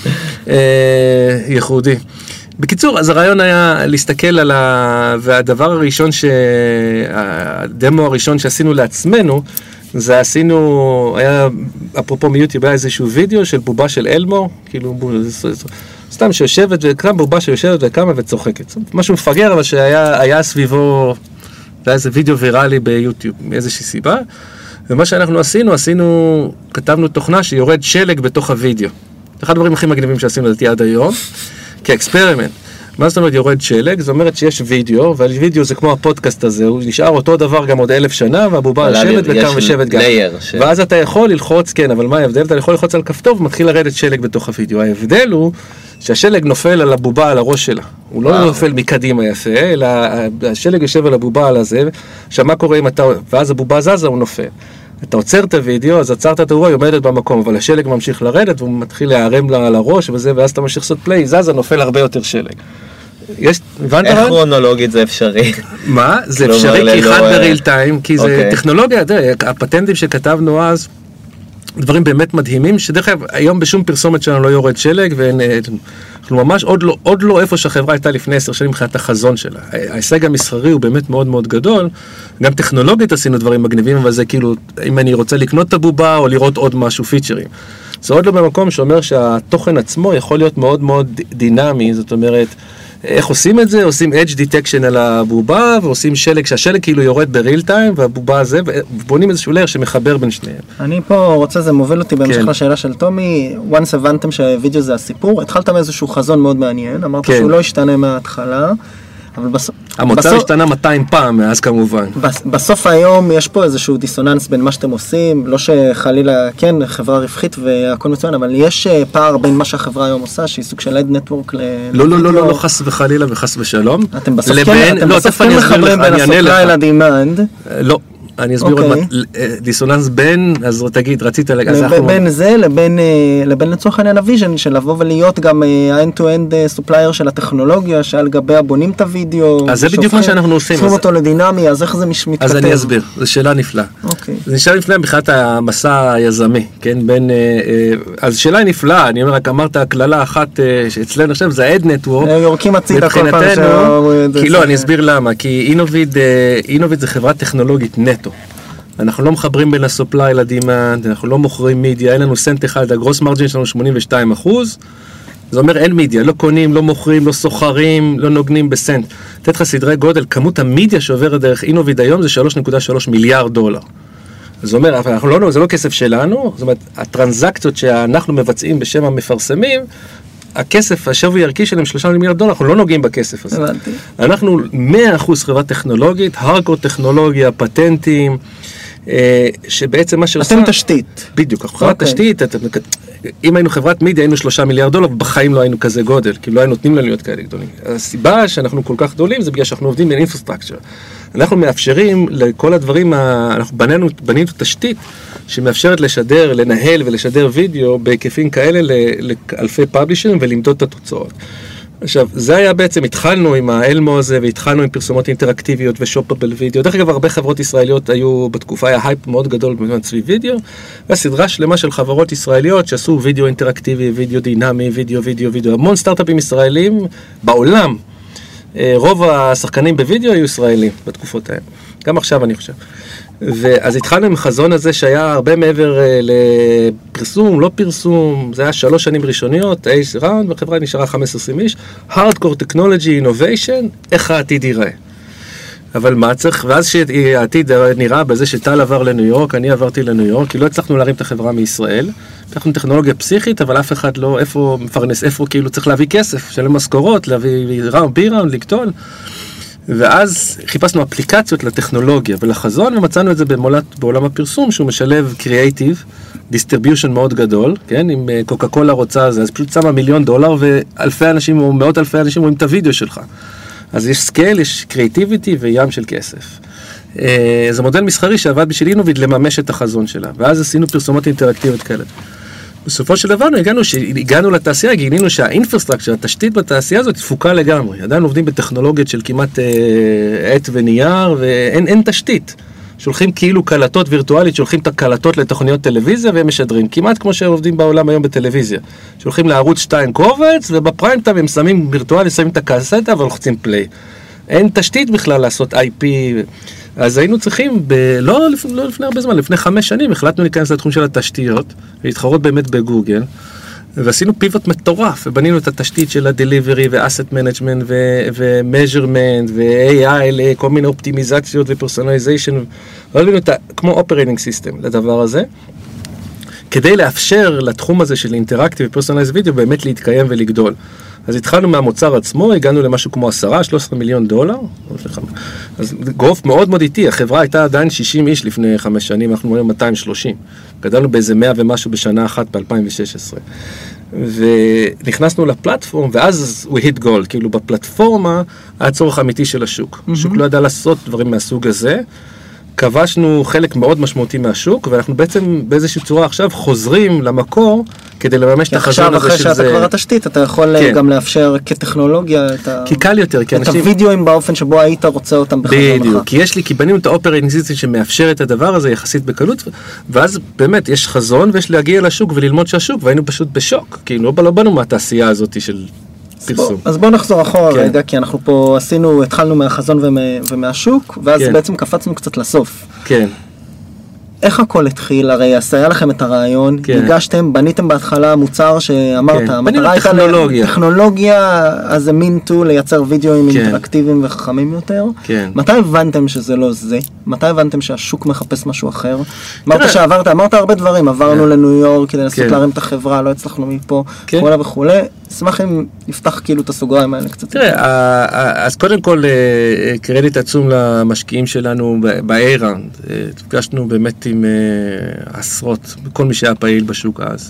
ייחודי. בקיצור, אז הרעיון היה להסתכל על והדבר הראשון הדמו הראשון שעשינו לעצמנו, זה עשינו, היה, אפרופו מיוטיוב, היה איזשהו וידאו של בובה של אלמו, כאילו, סתם שיושבת, וכמה בובה שיושבת וכמה וצוחקת. משהו מפגר, אבל שהיה סביבו, זה היה איזה וידאו ויראלי ביוטיוב, מאיזושהי סיבה. ומה שאנחנו עשינו, כתבנו תוכנה שיורד שלג בתוך הוידאו. אחד הדברים הכי מגניבים שעשינו לדעתי עד היום, כאקספרימנט. מה זאת אומרת יורד שלג? זאת אומרת שיש וידאו, והוידאו זה כמו הפודקאסט הזה, הוא נשאר אותו דבר גם עוד 1000 שנה, והבובה יושבת וקם ושבת גם. ואז אתה יכול ללחוץ, כן, אבל מה ההבדל? אתה יכול ללחוץ על כפתור ומתחיל לרדת שלג בתוך הוידאו. ההבדל הוא שהשלג נופל על הבובה, על הראש שלה. הוא לא נופל מקדימה יפה, אלא השלג יושב על הבובה על הזה, שמה קורה אם אתה, ואז הבובה זזה, הוא נופל. אתה עוצר את הוידאו, אז עצרת את הרוע, היא עומדת במקום, אבל השלג ממשיך לרדת, והוא מתחיל להיערם לה על הראש וזה, ואז אתה ממשיך לעשות פליי, זזה, נופל הרבה יותר שלג. איך כרונולוגית זה אפשרי? מה? זה אפשרי כי אחד בריל טיים, כי זה טכנולוגיה, הפטנטים שכתבנו אז, דברים באמת מדהימים, שדרך אגב, היום בשום פרסומת שלנו לא יורד שלג, ואנחנו ממש עוד לא איפה שהחברה הייתה לפני 10 שנים מבחינת החזון שלה. ההישג המסחרי הוא באמת מאוד מאוד גדול, גם טכנולוגית עשינו דברים מגניבים, אבל זה כאילו, אם אני רוצה לקנות את הבובה, או לראות עוד משהו פיצ'רים. זה עוד לא במקום שאומר שהתוכן עצמו יכול להיות מאוד מאוד דינמי, זאת אומרת, איך עושים את זה? עושים edge detection על הבובה, ועושים שלג, שהשלג כאילו יורד בריל טיים, והבובה הזה, ובונים איזשהו לייר שמחבר בין שניהם. אני פה רוצה, זה מוביל אותי בהמשך לשאלה של טומי, once הבנתם שהווידאו זה הסיפור, התחלת מאיזשהו חזון מאוד מעניין, אמרת שהוא לא ישתנה מההתחלה, אבל המוצר השתנה 200 פעם מאז כמובן. בסוף היום יש פה איזשהו דיסוננס בין מה שאתם עושים, לא שחלילה, כן, חברה רווחית והכל מצוין, אבל יש פער בין מה שהחברה היום עושה, שהיא סוג של אד נטוורק לא, חס וחלילה וחס ושלום. אתם בסוף כן מחברים בין הסופליי לדימנד. לא. אני אסביר עוד מעט, דיסוננס בין, אז תגיד, רצית בין זה לבין לצורך העניין הוויז'ן, של לבוא ולהיות גם ה-end-to-end סופלייר של הטכנולוגיה, שעל גביה בונים את הוידאו. אז זה בדיוק מה שאנחנו עושים. שופכים אותו לדינמי, אז איך זה מתכתב? אז אני אסביר, זו שאלה נפלאה. זו שאלה נפלאה מבחינת המסע היזמי, כן, בין, אז שאלה היא נפלאה, אני אומר, רק אמרת הכללה אחת שאצלנו עכשיו, זה ה-Ad Network. יורקים הצידה כל פעם כי לא, אני אסביר למה, כי Innovid זה חברה טכנולוגית נטו. אנחנו לא מחברים בין הסופליי לדימנד, אנחנו לא מוכרים מידיה, אין לנו סנט אחד, הגרוס מרג'ין שלנו 82%, זה אומר אין מידיה, לא קונים, לא מוכרים, לא סוחרים, לא נוגנים בסנט. תתת לך סדרי גודל, כמות המידיה שעוברת דרך Innovid היום זה $3.3 מיליארד. זה אומר, זה לא כסף שלנו, זאת אומרת, הטרנזקציות שאנחנו מבצעים בשם המפרסמים, הכסף, השווי הערכי שלהם $3 מיליארד, אנחנו לא נוגעים בכסף הזה. אנחנו 100% חברה טכנולוגית, הארדקור טכנולוגיה, פטנטים, שבעצם מה שעושה... אתם תשתית. בדיוק, חברת תשתית, אם היינו חברת מידיה, היינו $3 מיליארד, בחיים לא היינו כזה גודל, כי לא היינו נותנים לנו להיות כאלה גדולים. הסיבה שאנחנו כל כך גדולים, זה בגלל שאנחנו עובדים באינפרסטרקצ'ר. אנחנו מאפשרים לכל הדברים, אנחנו בנינו תשתית שמאפשרת לשדר, לנהל ולשדר וידאו בהיקפים כאלה לאלפי פאבלישרים ולמדוד את התוצאות. עכשיו, זה היה בעצם, התחלנו עם האלמו הזה, והתחלנו עם פרסומות אינטראקטיביות ושופבל וידאו. דרך אגב, הרבה חברות ישראליות היו בתקופה, היה הייפ מאוד גדול סביב וידאו, והסדרה שלמה של חברות ישראליות שעשו וידאו אינטראקטיבי, וידאו דינמי, וידאו. המון סטארט-אפים ישראלים בעולם. רוב השחקנים בוידאו היו ישראלים בתקופות האלה. גם עכשיו אני חושב. ואז התחלנו עם החזון הזה שהיה הרבה מעבר לפרסום, לא פרסום, זה היה 3 שנים ראשוניות, ראונד, והחברה נשארה 15-20 איש, Hardcore Technology Innovation, איך העתיד ייראה. אבל מה צריך, ואז שהעתיד נראה בזה שטל עבר לניו יורק, אני עברתי לניו יורק, כי לא הצלחנו להרים את החברה מישראל, אנחנו טכנולוגיה פסיכית, אבל אף אחד לא, איפה מפרנס, איפה כאילו צריך להביא כסף, שלם משכורות, להביא בי-ראונד, לקטול. ואז חיפשנו אפליקציות לטכנולוגיה ולחזון, ומצאנו את זה בעולם הפרסום, שהוא משלב קריאייטיב, דיסטריביושן מאוד גדול, כן? אם קוקה קולה רוצה, אז פשוט שמה $1,000,000, ואלפי אנשים, או מאות אלפי אנשים רואים את הוידאו שלך. אז יש סקייל, יש קריאייטיביטי וים של כסף. זה מודל מסחרי שעבד בשביל אינוביד לממש את החזון שלה, ואז עשינו פרסומות אינטראקטיביות כאלה. בסופו של דבר הגענו לתעשייה, גילינו שהאינפרסטרקצ'ר, התשתית בתעשייה הזאת תפוקה לגמרי. עדיין עובדים בטכנולוגיות של כמעט עט ונייר, ואין תשתית. שולחים כאילו קלטות וירטואלית, שולחים את הקלטות לתוכניות טלוויזיה והם משדרים, כמעט כמו שעובדים בעולם היום בטלוויזיה. שולחים לערוץ 2 קובץ, ובפריים טיים הם שמים וירטואלית, שמים את הקסטה ולוחצים פליי. אין תשתית בכלל לעשות IP, אז היינו צריכים, לא לפני הרבה זמן, לפני 5 שנים, החלטנו להיכנס לתחום של התשתיות, להתחרות באמת בגוגל, ועשינו פיבוט מטורף, ובנינו את התשתית של ה-delivery ו-asset management ו-measurement ו-AI לכל מיני אופטימיזציות ו-personalization, ועלינו את כמו operating system לדבר הזה, כדי לאפשר לתחום הזה של interactive ו-personalized video באמת להתקיים ולגדול. אז התחלנו מהמוצר עצמו, הגענו למשהו כמו $13 מיליון. אז גרוף מאוד מאוד איטי, החברה הייתה עדיין 60 איש לפני 5 שנים, אנחנו אומרים 230. גדלנו באיזה 100 ומשהו בשנה אחת ב-2016. ונכנסנו לפלטפורם, ואז we hit goal, כאילו בפלטפורמה היה צורך אמיתי של השוק. השוק לא ידע לעשות דברים מהסוג הזה, כבשנו חלק מאוד משמעותי מהשוק, ואנחנו בעצם באיזושהי צורה עכשיו חוזרים למקור, כדי לממש את החזון הזה של זה. עכשיו, אחרי שאתה כבר התשתית, אתה יכול גם לאפשר כטכנולוגיה כי קל יותר, כי אנשים... את הוידאוים באופן שבו היית רוצה אותם בחזונך. בדיוק, כי בנינו את האופרייטינג סיסטם שמאפשר את הדבר הזה יחסית בקלות, ואז באמת יש חזון ויש להגיע לשוק וללמוד שהשוק, והיינו פשוט בשוק, כי לא באנו מהתעשייה הזאת של... אז בואו נחזור אחורה רגע, כי אנחנו פה התחלנו מהחזון ומהשוק, ואז בעצם קפצנו קצת לסוף. כן. איך הכל התחיל? הרי היה לכם את הרעיון, הגשתם, בניתם בהתחלה מוצר שאמרת, בנינו טכנולוגיה, אז זה מין טול לייצר וידאוים אינטראקטיביים וחכמים יותר. מתי הבנתם שזה לא זה? מתי הבנתם שהשוק מחפש משהו אחר? אמרת הרבה דברים, עברנו לניו יורק כדי לנסות להרים את החברה, לא הצלחנו מפה, וכו'. אשמח אם נפתח כאילו את הסוגריים האלה קצת. תראה, אז קודם כל קרדיט עצום למשקיעים שלנו ב-A-Round. תפגשנו באמת עם עשרות, כל מי שהיה פעיל בשוק אז.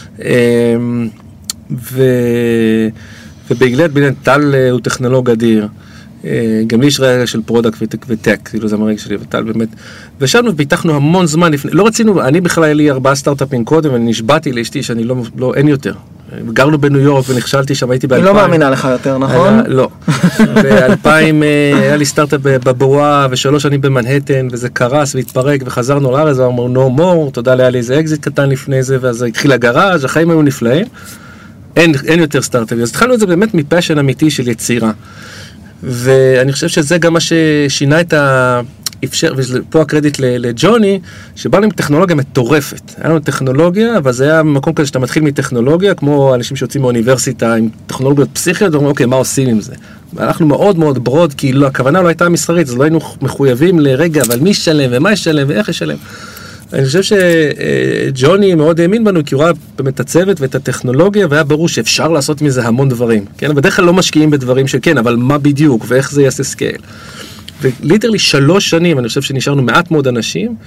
ובגלל טל הוא טכנולוג אדיר. גם לי יש רגע של פרודקט וטק, כאילו זה המרגע שלי, וטל באמת. ושאנו ופיתחנו המון זמן לפני, לא רצינו, אני בכלל היה לי 4 סטארט-אפים קודם, ואני נשבעתי לאשתי שאני לא, אין יותר. גרנו בניו יורק ונכשלתי שם, הייתי ב-2000. היא לא מאמינה לך יותר, נכון? לא. ב-2000 היה לי סטארט-אפ בבועה, ו3 שנים במנהטן, וזה קרס והתפרק, וחזרנו לארץ, ואמרנו, no more, תודה לי, היה לי איזה אקזיט קטן לפני זה, ואז התחיל הגראז', החיים היו נפלאים. אין יותר סטארט-אפים. אז התחלנו את זה באמת מפשן אמיתי של יצירה. ואני חושב שזה גם מה ששינה את אפשר, ופה הקרדיט לג'וני, שבאנו עם טכנולוגיה מטורפת. היה לנו טכנולוגיה, אבל זה היה מקום כזה שאתה מתחיל מטכנולוגיה, כמו אנשים שיוצאים מאוניברסיטה עם טכנולוגיות פסיכיות, ואומרים, אוקיי, מה עושים עם זה? אנחנו מאוד מאוד ברוד, כי הכוונה לא הייתה מסחרית, אז לא היינו מחויבים לרגע, אבל מי ישלם, ומה ישלם, ואיך ישלם. אני חושב שג'וני מאוד האמין בנו, כי הוא ראה באמת הצוות ואת הטכנולוגיה, והיה ברור שאפשר לעשות מזה המון דברים. כן? בדרך כלל לא משקיעים בדברים שכן, אבל מה בדיוק, ואיך זה יעשה סקייל. וליטרלי 3 שנים, אני חושב שנשארנו מעט מאוד אנשים,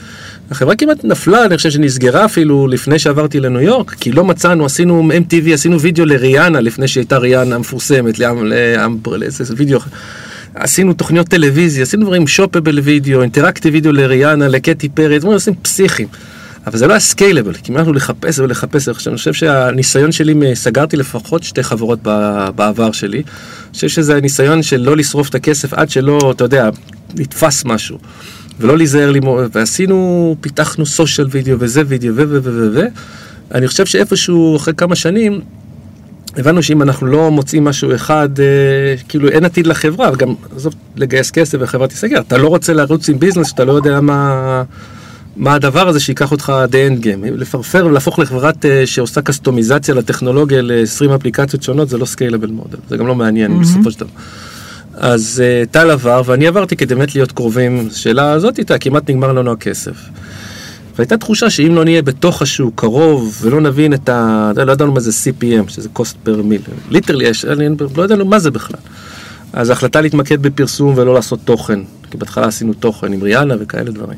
החברה כמעט נפלה, אני חושב שנסגרה אפילו לפני שעברתי לניו יורק, כי לא מצאנו, עשינו MTV, עשינו וידאו לריאנה, לפני שהייתה ריאנה המפורסמת, לאיזה וידאו, עשינו תוכניות טלוויזיה, עשינו דברים שופבל וידאו, אינטראקטיב וידאו לריאנה, לקטי פרי, דברים עושים פסיכיים. אבל זה לא היה סקיילבל, כי אנחנו לחפש ולחפש. אני חושב שהניסיון שלי, סגרתי לפחות 2 חברות בעבר שלי. אני חושב שזה הניסיון של לא לשרוף את הכסף עד שלא, אתה יודע, נתפס משהו. ולא להיזהר לי, ועשינו, פיתחנו סושיאל וידאו וזה וידאו אני חושב שאיפשהו אחרי כמה שנים, הבנו שאם אנחנו לא מוצאים משהו אחד, כאילו אין עתיד לחברה, וגם עזוב לגייס כסף והחברה תיסגר. אתה לא רוצה לרוץ עם ביזנס, שאתה לא יודע מה הדבר הזה שיקח אותך עד האנד גיים. לפרפר ולהפוך לחברת שעושה קסטומיזציה לטכנולוגיה ל-20 אפליקציות שונות, זה לא סקיילבל מודל. זה גם לא מעניין בסופו של דבר. אז טל עבר, ואני עברתי כדי באמת להיות קרובים. שאלה הזאת איתה, כמעט נגמר לנו הכסף. והייתה תחושה שאם לא נהיה בתוך השוק קרוב, ולא נבין את לא ידענו מה זה CPM, שזה cost per mil. ליטרלי, לא ידענו מה זה בכלל. אז ההחלטה להתמקד בפרסום ולא לעשות תוכן. כי בהתחלה עשינו תוכן עם ריאנה וכאלה דברים.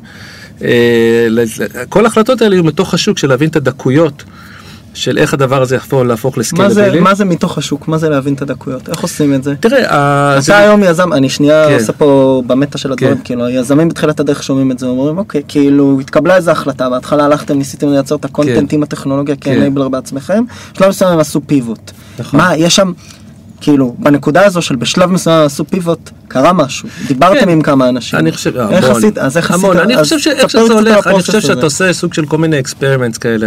כל ההחלטות האלה היו מתוך השוק של להבין את הדקויות של איך הדבר הזה יכול להפוך לסקיילבילי. מה זה מתוך השוק? מה זה להבין את הדקויות? איך עושים את זה? תראה, אתה היום יזם, אני שנייה עושה פה במטה של הדברים, כאילו, יזמים בתחילת הדרך שומעים את זה, אומרים, אוקיי, כאילו, התקבלה איזו החלטה, בהתחלה הלכתם, ניסיתם לייצר את הקונטנט עם הטכנולוגיה כאנבלר בעצמכם, בשלב מסוים הם עשו פיבוט. מה, יש שם, כאילו, בנקודה הזו של בשלב מסוים עשו פיבוט, קרה משהו, דיברתם עם כמה אנשים. אני חושב, המון. אני חושב שאתה עושה סוג של כל מיני אקספרימנטס כאלה,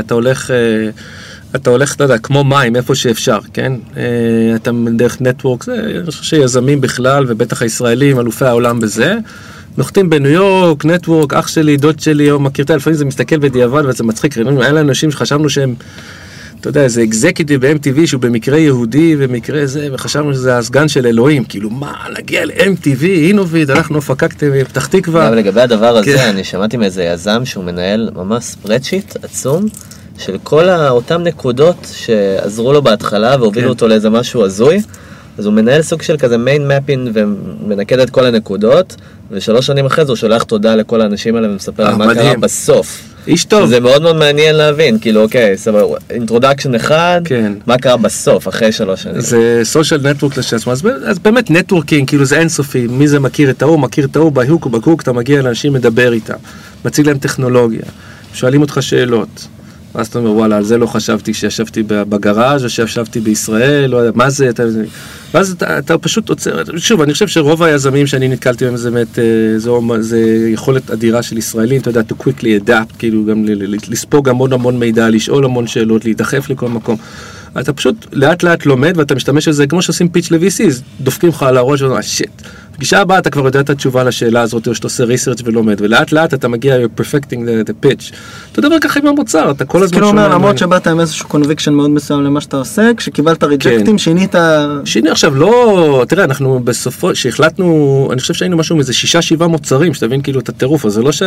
אתה הולך, אתה יודע, כמו מים, איפה שאפשר, כן? אתה דרך נטוורק, אני חושב שיזמים בכלל, ובטח הישראלים, אלופי העולם בזה, נוחתים בניו יורק, נטוורק, אח שלי, דוד שלי, או מכיר, לפעמים זה מסתכל בדיעבד, וזה מצחיק, היה לנו אנשים שחשבנו שהם, אתה יודע, זה אקזקיוטיב ב-MTV, שהוא במקרה יהודי, ומקרה זה, וחשבנו שזה הסגן של אלוהים, כאילו, מה, להגיע ל-MTV, אינוביד, אנחנו פקקתם בפתח תקווה. אבל לגבי הדבר הזה, אני שמעתי מאיזה יזם שהוא מנהל ממש ספרדשיט עצום, של כל אותם נקודות שעזרו לו בהתחלה והובילו אותו לאיזה משהו הזוי, אז הוא מנהל סוג של כזה מיין מפין ומנקד את כל הנקודות, ו3 שנים אחרי זה הוא שולח תודה לכל האנשים האלה ומספר על מה קרה בסוף. איש טוב. זה מאוד מאוד מעניין להבין, כאילו אוקיי, סבבה, אינטרודקשן אחד, מה קרה בסוף, אחרי 3 שנים. זה סושיאל נטוורק לשעצמו, אז באמת נטוורקינג, כאילו זה אינסופי, מי זה מכיר את ההוא, מכיר את ההוא, בהוק ובקוק, אתה מגיע לאנשים מדבר איתם, מציג להם טכנולוגיה, שואלים אותך שאלות. ואז אתה אומר, וואלה, על זה לא חשבתי כשישבתי בגראז' או שישבתי בישראל, לא יודע, מה זה, ואז אתה פשוט עוצר, שוב, אני חושב שרוב היזמים שאני נתקלתי בהם, זה באמת, זה יכולת אדירה של ישראלים, אתה יודע, to quickly adapt, כאילו גם לספוג המון מידע, לשאול המון שאלות, להידחף לכל מקום. אתה פשוט לאט לאט לומד, ואתה משתמש בזה, כמו שעושים פיץ' ל-VCs, דופקים לך על הראש ואומרים, שיט. פגישה הבאה אתה כבר יודע את התשובה לשאלה הזאת, או שאתה עושה ריסרצ' ולומד, ולאט לאט אתה מגיע, you're perfecting the pitch. אתה דבר ככה עם המוצר, אתה כל הזמן שומע. למרות שבאת עם איזשהו conviction מאוד מסוים למה שאתה עושה, כשקיבלת ריג'קטים, שינית... שיני עכשיו, לא... תראה, אנחנו בסופו, שהחלטנו, אני חושב שהיינו משהו מאיזה 6-7 מוצרים, שתבין כאילו את הטירוף, אז זה לא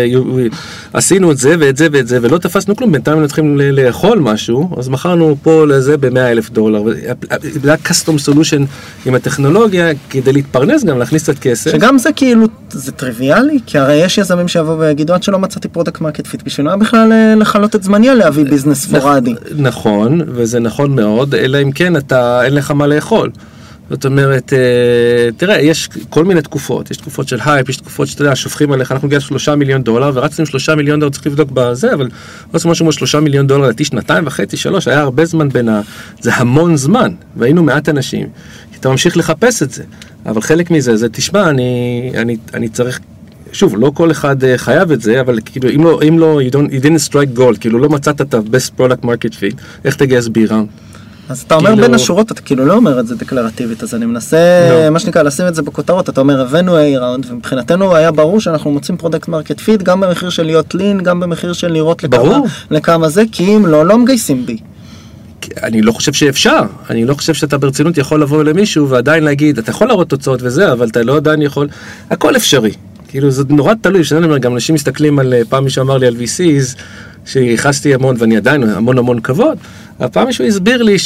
שעשינו את זה ואת זה ואת זה, ולא תפסנו כלום, בינתיים אנחנו צריכים לאכול משהו, אז מכרנו פה לזה ב$100,000. זה היה custom solution עם הטכנולוגיה, כדי להתפרנס גם, להכניס קצת כסף. שגם זה כאילו, זה טריוויאלי, כי הרי יש יזמים שיבואו ויגידו, עד שלא מצאתי פרודקט מרקט פיט, בשביל בכלל לחלות את זמניה להביא ביזנס פורדי. נכון, וזה נכון מאוד, אלא אם כן אין לך מה לאכול. זאת אומרת, תראה, יש כל מיני תקופות, יש תקופות של הייפ, יש תקופות שאתה יודע, שופכים עליך, אנחנו נגיע $3 מיליון, ורצנו $3 מיליון, צריך לבדוק בזה, אבל עושים משהו כמו $3 מיליון, לדעתי 2.5-3, היה הרבה זמן זה המון זמן, והיינו מעט אנשים, כי אתה ממשיך לחפש את זה, אבל חלק מזה, זה תשמע, אני צריך, שוב, לא כל אחד חייב את זה, אבל כאילו, אם לא, you didn't strike gold, כאילו לא מצאת את ה-best product market fit, איך תגייס בירה? אז אתה אומר בין השורות, אתה כאילו לא אומר את זה דקלרטיבית, אז אני מנסה, מה שנקרא, לשים את זה בכותרות, אתה אומר, הבאנו A-ראונד, ומבחינתנו היה ברור שאנחנו מוצאים פרודקט מרקט פיט, גם במחיר של להיות לין, גם במחיר של לראות לכמה זה, כי אם לא מגייסים בי. אני לא חושב שאפשר, אני לא חושב שאתה ברצינות יכול לבוא למישהו, ועדיין להגיד, אתה יכול להראות תוצאות וזה, אבל אתה לא עדיין יכול, הכל אפשרי. כאילו, זה נורא תלוי, שאני אומר, גם אנשים מסתכלים על, פעם מישהו אמר לי על VCs, שייחסתי המון, ואני עדיין המון כבוד, הפעם מישהו הסביר לי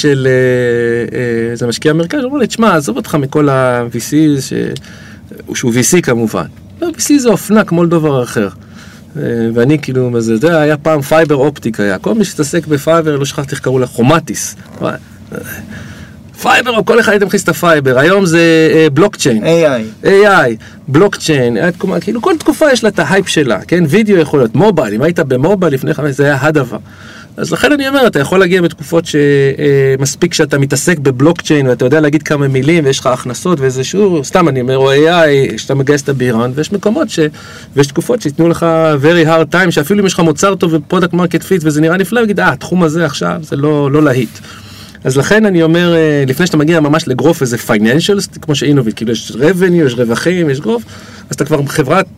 זה משקיע אמריקאי, הוא אומר לי, תשמע, עזוב אותך מכל ה-VCs, שהוא VC כמובן. לא, VC זה אופנה כמו לדבר אחר. ואני כאילו, זה היה פעם פייבר אופטיק היה, כל מי שתעסק בפייבר, לא שכחתי איך קראו לה, חומטיס. פייבר, או כל אחד הייתם מכניס את הפייבר, היום זה בלוקצ'יין. AI, בלוקצ'יין, כאילו כל תקופה יש לה את ההייפ שלה, כן? וידאו יכול להיות, מובייל, אם היית במובייל לפני 5, זה היה הדבר. אז לכן אני אומר, אתה יכול להגיע בתקופות שמספיק שאתה מתעסק בבלוקצ'יין, ואתה יודע להגיד כמה מילים, ויש לך הכנסות, ואיזשהו, סתם אני אומר, או AI, שאתה מגייס את הבירן, ויש מקומות ויש תקופות שיתנו לך very hard time, שאפילו אם יש לך מוצר טוב ופרודקט מרקט פיט, וזה נראה נפלא, וגיד, התחום הזה עכשיו, זה לא להיט. אז לכן אני אומר, לפני שאתה מגיע ממש לגרוף איזה financials, כמו שאינוביט, כאילו יש revenue, יש רווחים, יש גרוף, אז אתה כבר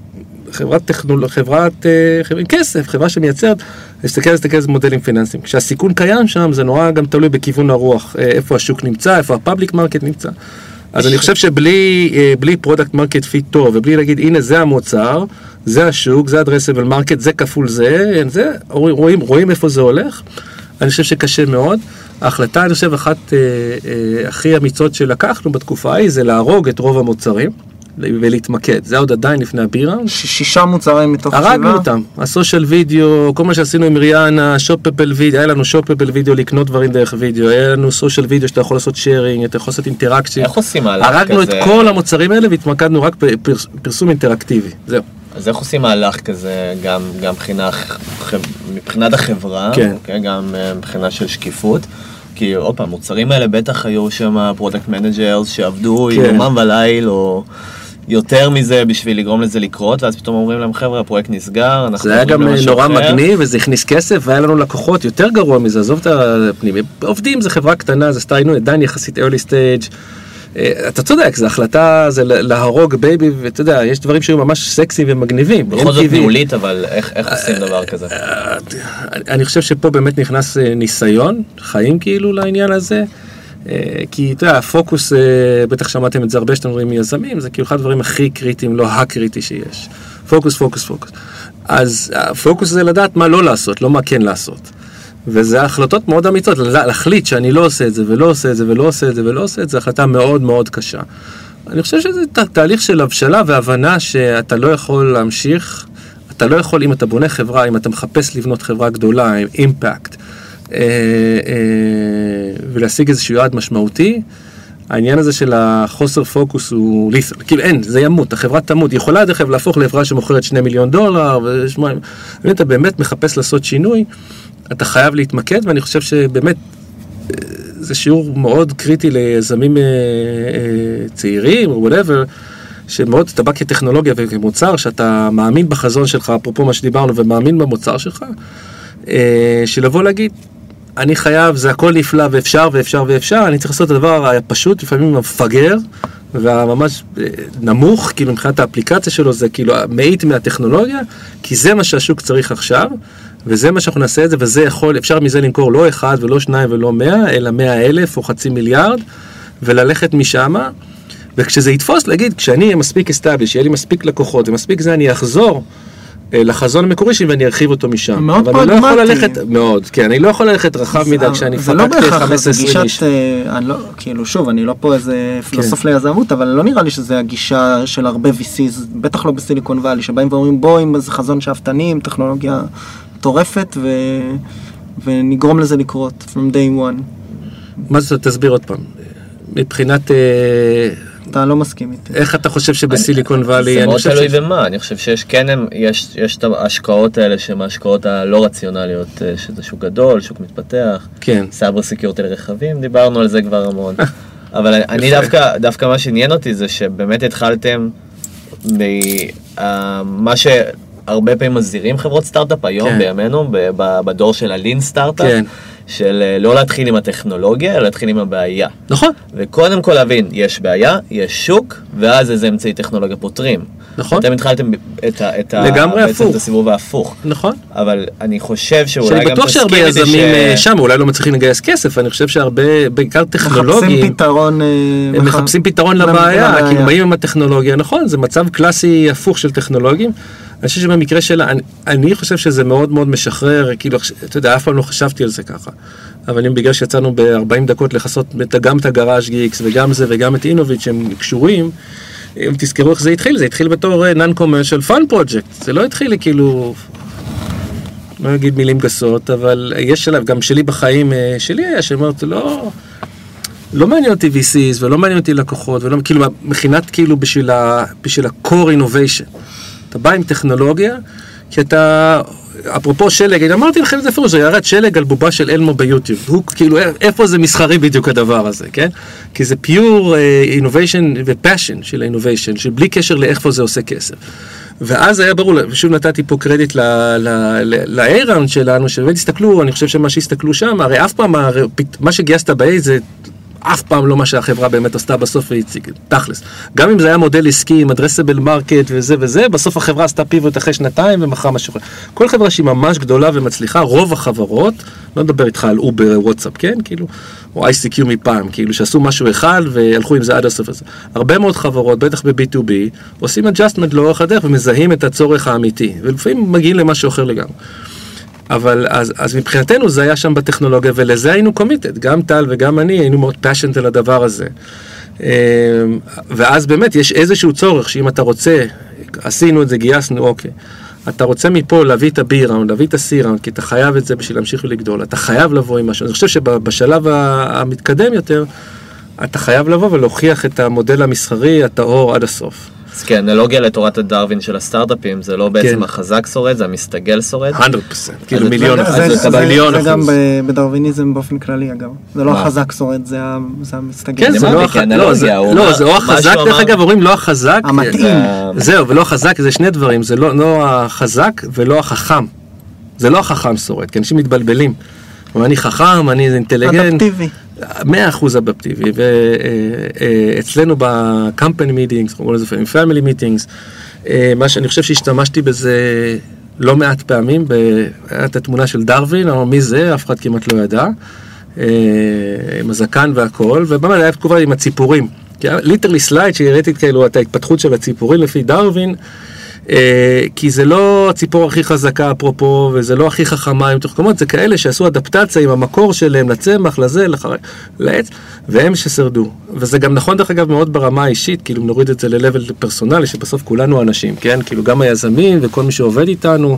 חברת כסף, חברה שמייצרת, להסתכל על מודלים פיננסיים. כשהסיכון קיים שם, זה נורא גם תלוי בכיוון הרוח, איפה השוק נמצא, איפה הפאבליק מרקט נמצא. אז אני חושב שבלי פרודקט מרקט פיט טוב, ובלי להגיד, הנה זה המוצר, זה השוק, זה אדרסיבל מרקט, זה כפול זה, רואים איפה זה הולך. אני חושב שקשה מאוד. ההחלטה, אני חושב, אחת הכי אמיצות שלקחנו בתקופה ההיא, זה להרוג את רוב המוצרים. ולהתמקד. זה עוד עדיין לפני הבירה. 6 מוצרים מתוך 7. הרגנו אותם. הסושיאל וידאו, כל מה שעשינו עם ריאנה, שופפל וידאו, היה לנו שופפל וידאו לקנות דברים דרך וידאו, היה לנו סושיאל וידאו שאתה יכול לעשות שיירינג, אתה יכול לעשות אינטראקציה. איך עושים מהלך כזה? הרגנו את כל המוצרים האלה והתמקדנו רק בפרסום אינטראקטיבי. זהו. אז איך עושים מהלך כזה גם מבחינת החברה, גם מבחינה של שקיפות? כי עוד פעם, המוצרים האלה בטח היו שם פרודקט מנג'רס שעבדו יומם וליל או יותר מזה בשביל לגרום לזה לקרות, ואז פתאום אומרים להם, חבר'ה, הפרויקט נסגר, זה היה גם נורא מגניב, וזה הכניס כסף, והיה לנו לקוחות יותר גרוע מזה, עזוב את הפנימי. עובדים, זה חברה קטנה, זה סטיינו, עדיין יחסית early stage, אתה צודק, זה החלטה, זה להרוג בייבי, ואתה יודע, יש דברים שהיו ממש סקסיים ומגניבים. בכל זאת ניהולית, אבל איך עושים דבר כזה? אני חושב שפה באמת נכנס ניסיון, חיים כאילו לעניין הזה, כי אתה יודע, הפוקוס, בטח שמעתם את זה הרבה שאתם רואים מיזמים, זה כאילו אחד הדברים הכי קריטיים, לא הקריטי שיש. פוקוס. אז הפוקוס זה לדעת מה לא לעשות, לא מה כן לעשות. וזה החלטות מאוד אמיצות, להחליט שאני לא עושה את זה, ולא עושה את זה, ולא עושה את זה, ולא עושה את זה, החלטה מאוד מאוד קשה. אני חושב שזה תהליך של הבשלה והבנה שאתה לא יכול להמשיך, אתה לא יכול, אם אתה בונה חברה, אם אתה מחפש לבנות חברה גדולה, עם אימפקט, ולהשיג איזשהו יעד משמעותי, העניין הזה של החוסר פוקוס הוא ליסל, כאילו אין, זה ימות, החברה תמות, היא יכולה דרך אגב להפוך לחברה שמוכרת $2 מיליון, ואם אתה באמת מחפש לעשות שינוי, אתה חייב להתמקד, ואני חושב שבאמת זה שיעור מאוד קריטי ליזמים צעירים, או whatever, שמאוד, אתה בא כטכנולוגיה וכמוצר, שאתה מאמין בחזון שלך, אפרופו מה שדיברנו, ומאמין במוצר שלך, שלבוא להגיד, אני חייב, זה הכל נפלא ואפשר, אני צריך לעשות את הדבר הפשוט, לפעמים המפגר, והממש נמוך, כאילו מבחינת האפליקציה שלו, זה כאילו מעיט מהטכנולוגיה, כי זה מה שהשוק צריך עכשיו, וזה מה שאנחנו נעשה את זה, וזה יכול, אפשר מזה למכור לא 1 ולא 2 ולא 100, אלא 100,000 או 500 מיליארד, וללכת משם, וכשזה יתפוס, להגיד, כשאני אהיה מספיק אסטאבליש, יהיה לי מספיק לקוחות, ומספיק זה אני אחזור לחזון המקורי שלי, ואני ארחיב אותו משם. מאוד פרגמטי. מאוד, כן, אני לא יכול ללכת רחב מדי, כשאני פתקתי 15-20 איש. כאילו, שוב, אני לא פה איזה פילוסוף ליזמות, אבל לא נראה לי שזה הגישה של הרבה VCs, בטח לא בסיליקון ואלי, שבאים ואומרים, בוא עם איזה חזון שאפתנים, טכנולוגיה טורפת, ונגרום לזה לקרות, from day one. מה זה, תסביר עוד פעם. מבחינת אתה לא מסכים איתי. איך אתה חושב שבסיליקון ואלי... זה מאוד תלוי במה, אני חושב שיש כן, יש את ההשקעות האלה שהן ההשקעות הלא רציונליות, שזה שוק גדול, שוק מתפתח, סייבר סקיורטי לרכבים, דיברנו על זה כבר המון. אבל אני דווקא מה שעניין אותי זה שבאמת התחלתם מה שהרבה פעמים מזהירים חברות סטארט-אפ היום בימינו, בדור של הלין סטארט-אפ, של לא להתחיל עם הטכנולוגיה, אלא להתחיל עם הבעיה. נכון. וקודם כל להבין, יש בעיה, יש שוק, ואז איזה אמצעי טכנולוגיה פותרים. נכון. אתם התחלתם לגמרי הפוך. את הסיבוב ההפוך. נכון. אבל אני חושב שאולי גם בטוח שהרבה יזמים שם, אולי לא מצליחים לגייס כסף, אני חושב שהרבה, בעיקר טכנולוגיים, מחפשים פתרון לבעיה, כאילו באים עם הטכנולוגיה, נכון, זה מצב קלאסי הפוך של טכנולוגיים. אני חושב שבמקרה שלה, אני חושב שזה מאוד מאוד משחרר, כאילו, אתה יודע, אף פעם לא חשבתי על זה ככה. אבל אם בגלל שיצאנו ב-40 דקות לחסות גם את הגראז' גיקס וגם זה וגם את אינוביט שהם קשורים, אם תזכרו איך זה התחיל בתור non-commercial fun project. זה לא התחיל כאילו לא אגיד מילים גסות, אבל יש עליו, גם שלי בחיים, שלי היה שאומרת, לא מעניין אותי VCs, ולא מעניין אותי לקוחות, ולא, כאילו, מכינת כאילו בשביל ה-core innovation. אתה בא עם טכנולוגיה, כי אתה, אפרופו שלג, אני אמרתי לכם את זה אפילו, זה ירד שלג על בובה של אלמו ביוטיוב. הוא כאילו, איפה זה מסחרי בדיוק הדבר הזה, כן? כי זה pure innovation ו-passion של innovation, שבלי קשר לאיפה זה עושה כסף. ואז היה ברור, ושוב נתתי פה קרדיט ל-A-Round שלנו, שבאמת הסתכלו, אני חושב שמה שהסתכלו שם, הרי אף פעם, מה שגייסת ב-A זה אף פעם לא מה שהחברה באמת עשתה בסוף והציגה, תכלס. גם אם זה היה מודל עסקי, עם addressable market וזה, בסוף החברה עשתה פיבוט אחרי 2 ומחרה משהו. כל חברה שהיא ממש גדולה ומצליחה, רוב החברות, לא נדבר איתך על אובר, וואטסאפ, כן? כאילו, או ICQ מפעם, כאילו, שעשו משהו אחד והלכו עם זה עד הסוף הזה. הרבה מאוד חברות, בטח ב-B2B, עושים adjustment לאורך הדרך ומזהים את הצורך האמיתי, ולפעמים מגיעים למשהו אחר לגמרי. אבל אז מבחינתנו זה היה שם בטכנולוגיה, ולזה היינו קומיטד, גם טל וגם אני היינו מאוד פאשנט על הדבר הזה. ואז באמת יש איזשהו צורך שאם אתה רוצה, עשינו את זה, גייסנו, אוקיי. אתה רוצה מפה להביא את ה-B-Round, להביא את ה-C-Round, כי אתה חייב את זה בשביל להמשיך ולגדול, אתה חייב לבוא עם משהו. אני חושב שבשלב המתקדם יותר, אתה חייב לבוא ולהוכיח את המודל המסחרי, הטהור עד הסוף. אז כאנלוגיה לתורת הדרווין של הסטארט-אפים, זה לא בעצם החזק שורד, זה המסתגל שורד. 100%, כאילו מיליון אחוז. זה גם בדרוויניזם באופן כללי, אגב. זה לא החזק שורד, זה המסתגל. כן, לא, זה או החזק, דרך אגב, אומרים לא החזק. המתאים. זהו, ולא החזק, זה שני דברים, זה לא החזק ולא החכם. זה לא החכם שורד, כי אנשים מתבלבלים. אני חכם, אני אינטליגנט. אדפטיבי. 100% אדפטיבי, ואצלנו ב-company meetings, קוראים לזה family meetings, מה שאני חושב שהשתמשתי בזה לא מעט פעמים, הייתה התמונה של דרווין, אמרו מי זה, אף אחד כמעט לא ידע, עם הזקן והכל, ובאמת היה תקופה עם הציפורים, ליטרלי סלייד שהראיתי כאילו את ההתפתחות של הציפורים לפי דרווין, כי זה לא הציפור הכי חזקה אפרופו, וזה לא הכי חכמה עם תחכמות, זה כאלה שעשו אדפטציה עם המקור שלהם לצמח, לזה, לעץ, והם ששרדו. וזה גם נכון דרך אגב מאוד ברמה האישית, כאילו נוריד את זה ללבל פרסונלי, שבסוף כולנו אנשים, כן? כאילו גם היזמים וכל מי שעובד איתנו,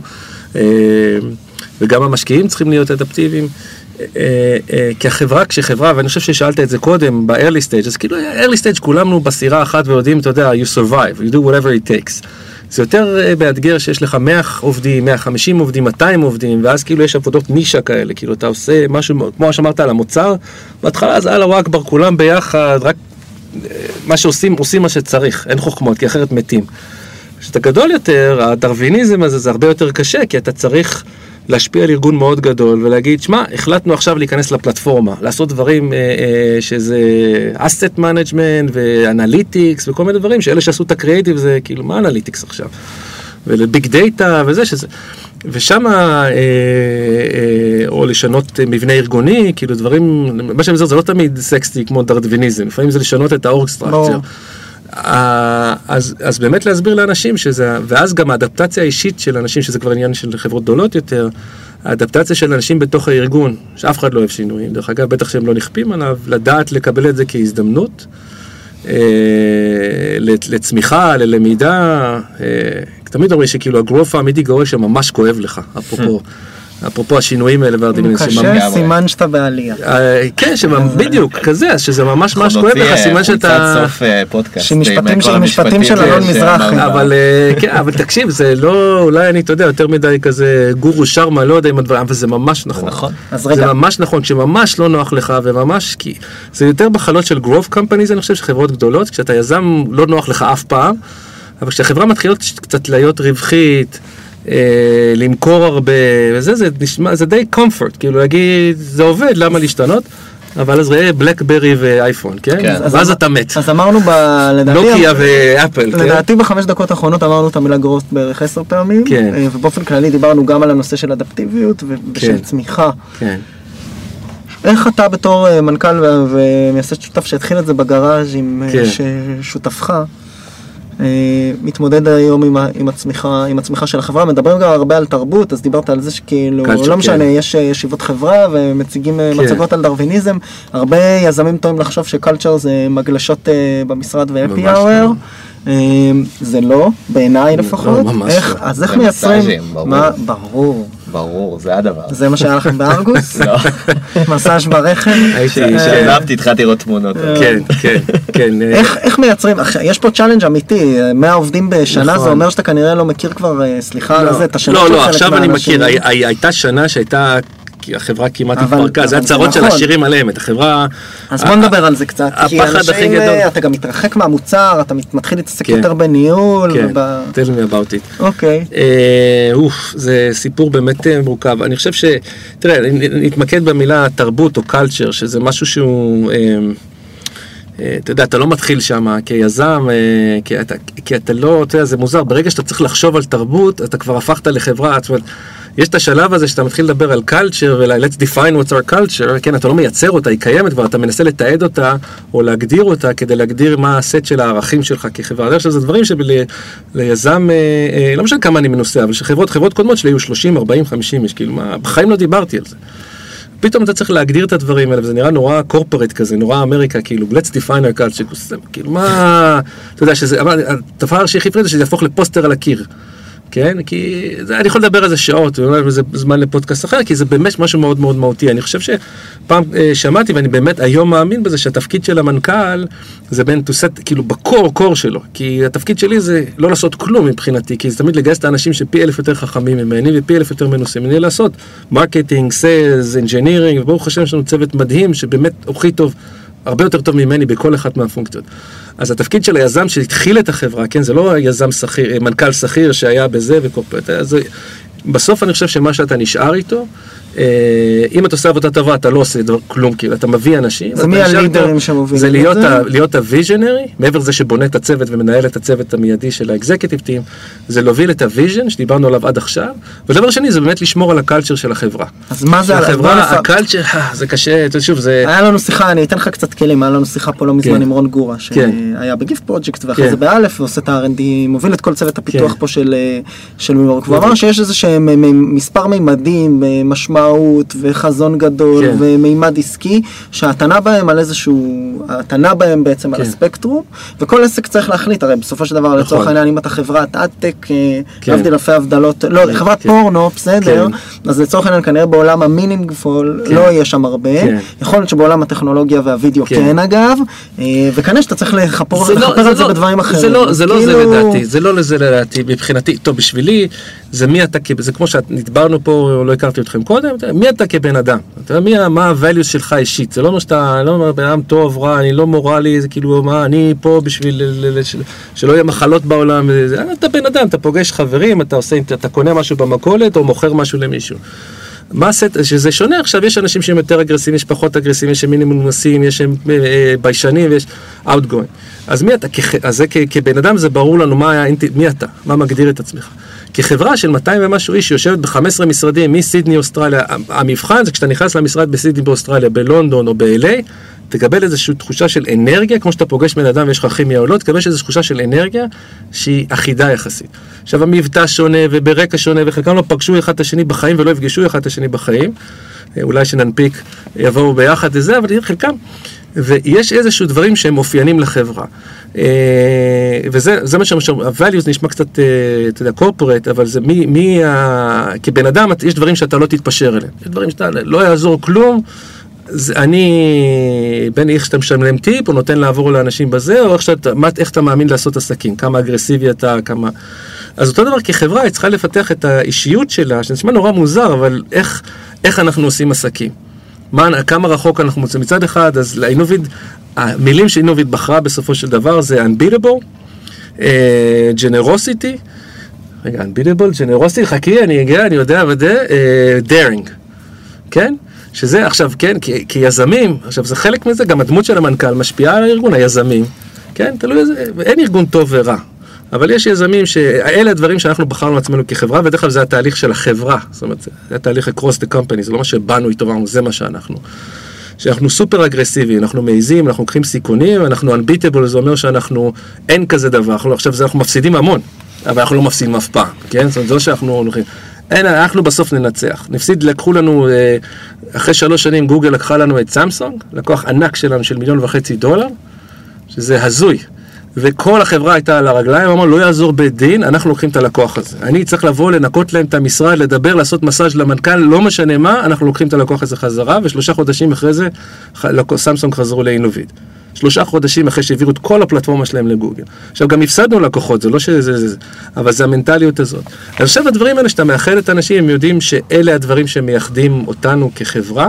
וגם המשקיעים צריכים להיות אדפטיביים, כי החברה, כשחברה, ואני חושב ששאלת את זה קודם, ב-early stage, אז כאילו, early stage כולנו בסירה אחת ויודעים, אתה יודע, you survive, you do whatever it takes. זה יותר מאתגר שיש לך 100 עובדים, 150 עובדים, 200 עובדים, ואז כאילו יש עבודות נישה כאלה, כאילו אתה עושה משהו, כמו שאמרת על המוצר, בהתחלה אז אללה וואכבר, כולם ביחד, רק מה שעושים, עושים מה שצריך, אין חוכמות, כי אחרת מתים. כשאתה גדול יותר, הדרוויניזם הזה זה הרבה יותר קשה, כי אתה צריך להשפיע על ארגון מאוד גדול, ולהגיד, שמה, החלטנו עכשיו להיכנס לפלטפורמה, לעשות דברים שזה asset management ואנליטיקס וכל מיני דברים, שאלה שעשו את הקריאיטיב זה כאילו, מה אנליטיקס עכשיו? ולביג דאטה וזה שזה. ושם, או לשנות מבנה ארגוני, כאילו דברים, מה שאני מזור, זה לא תמיד סקסטי כמו דרוויניזם, לפעמים זה לשנות את האורג סטרקצ'ר. אז באמת להסביר לאנשים שזה, ואז גם האדפטציה האישית של אנשים, שזה כבר עניין של חברות גדולות יותר, האדפטציה של אנשים בתוך הארגון, שאף אחד לא אוהב שינויים, דרך אגב, בטח שהם לא נכפים עליו, לדעת לקבל את זה כהזדמנות, לצמיחה, ללמידה, תמיד אומרים שכאילו הגרוף האמיתי גורם שממש כואב לך, אפרופו השינויים האלה והרדימים. קשה, סימן שאתה בעלייה. כן, בדיוק, כזה, שזה ממש ממש כואב לך, סימן שאתה... משפטים של אלון מזרחי. אבל תקשיב, זה לא, אולי אני, אתה יודע, יותר מדי כזה גורו שרמה, לא יודע אם הדברים, אבל זה ממש נכון. זה ממש נכון, כשממש לא נוח לך, וממש, כי זה יותר בחלות של growth companies, אני חושב, שחברות גדולות, כשאתה יזם לא נוח לך אף פעם, אבל כשהחברה מתחילה קצת להיות רווחית, למכור הרבה, וזה, זה נשמע, זה די comfort, כאילו להגיד, זה עובד, למה להשתנות? אבל אז ראה בלקברי ואייפון, כן? ואז אתה מת. אז אמרנו נוקיה ואפל, כן? לדעתי ב5 דקות האחרונות אמרנו את המילה גרוס בערך 10 פעמים, ובאופן כללי דיברנו גם על הנושא של אדפטיביות ושל צמיחה. כן. איך אתה בתור מנכ"ל ומייסד שותף שהתחיל את זה בגראז' עם שותפך, מתמודד היום עם הצמיחה של החברה, מדברים גם הרבה על תרבות, אז דיברת על זה שכאילו, לא משנה, יש ישיבות חברה ומציגים מצגות על דרוויניזם, הרבה יזמים טועים לחשוב שקלצ'ר זה מגלשות במשרד והפי האוור, זה לא, בעיניי לפחות, אז איך מייצרים, ברור, ברור, זה הדבר. זה מה שהיה לכם בארגוס? לא. מסאז' ברכב? כשעזבתי, התחלתי לראות תמונות. כן. איך מייצרים? יש פה צ'אלנג' אמיתי, 100 עובדים בשנה, זה אומר שאתה כנראה לא מכיר כבר, סליחה על זה, את השנה של חלק מהאנשים. לא, עכשיו אני מכיר, הייתה שנה שהייתה... כי החברה כמעט התפרקה, זה הצרות של השירים עליהם, את החברה... אז בוא נדבר על זה קצת, כי אנשים, אתה גם מתרחק מהמוצר, אתה מתחיל להתעסק יותר בניהול. כן, tell me about it. אוקיי. זה סיפור באמת מורכב. אני חושב ש... תראה, נתמקד במילה תרבות או culture, שזה משהו שהוא... אתה יודע, אתה לא מתחיל שם כיזם, כי אתה לא, אתה יודע, זה מוזר, ברגע שאתה צריך לחשוב על תרבות, אתה כבר הפכת לחברה, זאת אומרת, יש את השלב הזה שאתה מתחיל לדבר על culture, let's define what's our culture, כן, אתה לא מייצר אותה, היא קיימת כבר, אתה מנסה לתעד אותה, או להגדיר אותה, כדי להגדיר מה הסט של הערכים שלך כחברה. עכשיו, זה דברים שליזם, לא משנה כמה אני מנוסה, אבל שחברות קודמות שלי היו 30, 40, 50, יש כאילו, בחיים לא דיברתי על זה. פתאום אתה צריך להגדיר את הדברים האלה, וזה נראה נורא קורפורט כזה, נורא אמריקה, כאילו, let's define our culture, כאילו, מה, אתה יודע, הדבר שהכי פריד זה שזה יהפוך לפוסטר על הקיר, כן? כי אני יכול לדבר על זה שעות, ואולי זה זמן לפודקאסט אחר, כי זה באמת משהו מאוד מאוד מהותי. אני חושב שפעם שמעתי, ואני באמת היום מאמין בזה, שהתפקיד של המנכ"ל, זה בין to set, כאילו, בקור שלו, כי התפקיד שלי זה לא לעשות כלום מבחינתי, כי זה תמיד לגייס את האנשים שפי 1000 יותר חכמים ממני, ופי 1000 יותר מנוסים ממני לעשות מרקטינג, סיילס, אנג'ינירינג, וברוך השם יש לנו צוות מדהים, שבאמת הכי טוב, הרבה יותר טוב ממני בכל אחת מהפונקציות. אז התפקיד של היזם שהתחיל את החברה, כן, זה לא היזם שכיר, מנכ"ל שכיר שהיה בזה וקורפורט. אז בסוף אני חושב שמה שאתה נשאר איתו, אם אתה עושה עבודה טובה, אתה לא עושה כלום, כאילו, אתה מביא אנשים. זה מי הלידרים שמובילים את זה? זה להיות הוויז'נרי, מעבר לזה שבונה את הצוות ומנהל את הצוות המיידי של האקזקיוטיב טים, זה להוביל את הוויז'ן שדיברנו עליו עד עכשיו, ודבר שני, זה באמת לשמור על הקלצ'ר של החברה. אז מה זה? החברה, הקלצ'ר, זה קשה, שוב, זה... היה לנו שיחה, אני אתן לך קצת כלים, היה לנו שיחה פה לא מזמן עם רון גורה, שהיה בגיף פרויקט, ואחרי זה באלף, ועושה את ה-R&D, מוביל את כל צוות הפיתוח פה של מימורק, והוא אמר שיש איזה שהם מספר מימדים, משמעות וחזון גדול ומימד עסקי, שהתנה בהם על איזשהו, התנה בהם בעצם על הספקטרום, וכל עסק צריך להחליט, הרי בסופו של דבר לצורך העניין, אם אתה חברת עד-טק, להבדיל אלפי הבדלות, לא, חברת פורנו, בסדר, אז לצורך העניין כנראה בעולם המינינגפול לא יהיה שם הרבה, יכול להיות שבעולם הטכנולוגיה והווידאו כן אגב, וכנראה שאתה צריך לחפר על זה בדברים אחרים. זה לא זה לדעתי, זה לא לזה לדעתי, מבחינתי, טוב, בשבילי, זה מי אתה, זה כמו שנדברנו פה, לא הכרתי אתכם קודם, מי אתה כבן אדם? אתה יודע, מה ה-values שלך אישית? זה לא אומר שאתה, לא אומר, בן אדם טוב, רע, אני לא מורלי, זה כאילו, מה, אני פה בשביל שלא יהיה מחלות בעולם, אתה בן אדם, אתה פוגש חברים, אתה קונה משהו במכולת, או מוכר משהו למישהו. מה הסט, שזה שונה, עכשיו יש אנשים שהם יותר אגרסיביים, יש פחות אגרסיביים, יש מינימום מנוסים, יש ביישנים ויש outgoing. אז מי אתה? אז זה כבן אדם זה ברור לנו מי אתה, מה מגדיר את עצמך. כחברה של 200 ומשהו איש שיושבת ב-15 משרדים מסידני אוסטרליה, המבחן זה כשאתה נכנס למשרד בסידני באוסטרליה, בלונדון או ב-LA, תקבל איזושהי תחושה של אנרגיה, כמו שאתה פוגש בן אדם ויש לך כימיה או לא, תקבל איזושהי תחושה של אנרגיה שהיא אחידה יחסית. עכשיו המבטא שונה וברקע שונה, וחלקם לא פגשו אחד את השני בחיים ולא יפגשו אחד את השני בחיים, אולי שננפיק יבואו ביחד לזה, אבל חלקם, ויש איזשהו דברים שהם אופיינים לחברה. וזה מה שאומר, ה-values נשמע קצת, אתה יודע, corporate, אבל זה כבן אדם, יש דברים שאתה לא תתפשר אליהם. יש דברים שאתה לא יעזור כלום, בין איך שאתה משלם טיפ, או נותן לעבור לאנשים בזה, או איך אתה מאמין לעשות עסקים, כמה אגרסיבי אתה, כמה... אז אותו דבר כחברה, היא צריכה לפתח את האישיות שלה, שנשמע נורא מוזר, אבל איך אנחנו עושים עסקים? כמה רחוק אנחנו מוצאים מצד אחד, אז לאינוביד, המילים שאינוביד בחרה בסופו של דבר זה unbeatable, generosity, רגע, unbeatable, generosity, חכי, אני יודע, daring, כן? שזה עכשיו, כן, כיזמים, עכשיו זה חלק מזה, גם הדמות של המנכ"ל משפיעה על הארגון, היזמים, כן, תלוי איזה, אין ארגון טוב ורע, אבל יש יזמים שאלה הדברים שאנחנו בחרנו עצמנו כחברה, ודרך כלל זה התהליך של החברה, זאת אומרת, זה התהליך across the company, זה לא מה שבאנו איתו, זה מה שאנחנו סופר אגרסיביים, אנחנו מעיזים, אנחנו לוקחים סיכונים, אנחנו unbeatable, זה אומר שאנחנו, אין כזה דבר, עכשיו אנחנו מפסידים המון, אבל אנחנו לא מפסידים אף פעם, כן, זאת אומרת, זה שאנחנו הולכים, אנחנו בסוף ננצח. נפסיד, לקחו לנו, אחרי 3 שנים גוגל לקחה לנו את סמסונג, לקוח ענק שלנו של $1.5 מיליון, שזה הזוי. וכל החברה הייתה על הרגליים, אמרו, לא יעזור בית דין, אנחנו לוקחים את הלקוח הזה. אני צריך לבוא, לנקות להם את המשרד, לדבר, לעשות מסאז' למנכ"ל, לא משנה מה, אנחנו לוקחים את הלקוח הזה חזרה, ו3 חודשים אחרי זה, סמסונג חזרו לאינוביד. 3 חודשים אחרי שהעבירו את כל הפלטפורמה שלהם לגוגל. עכשיו, גם הפסדנו לקוחות, זה לא שזה, אבל זה המנטליות הזאת. אני חושב, הדברים האלה שאתה מאחד את האנשים, הם יודעים שאלה הדברים שמייחדים אותנו כחברה,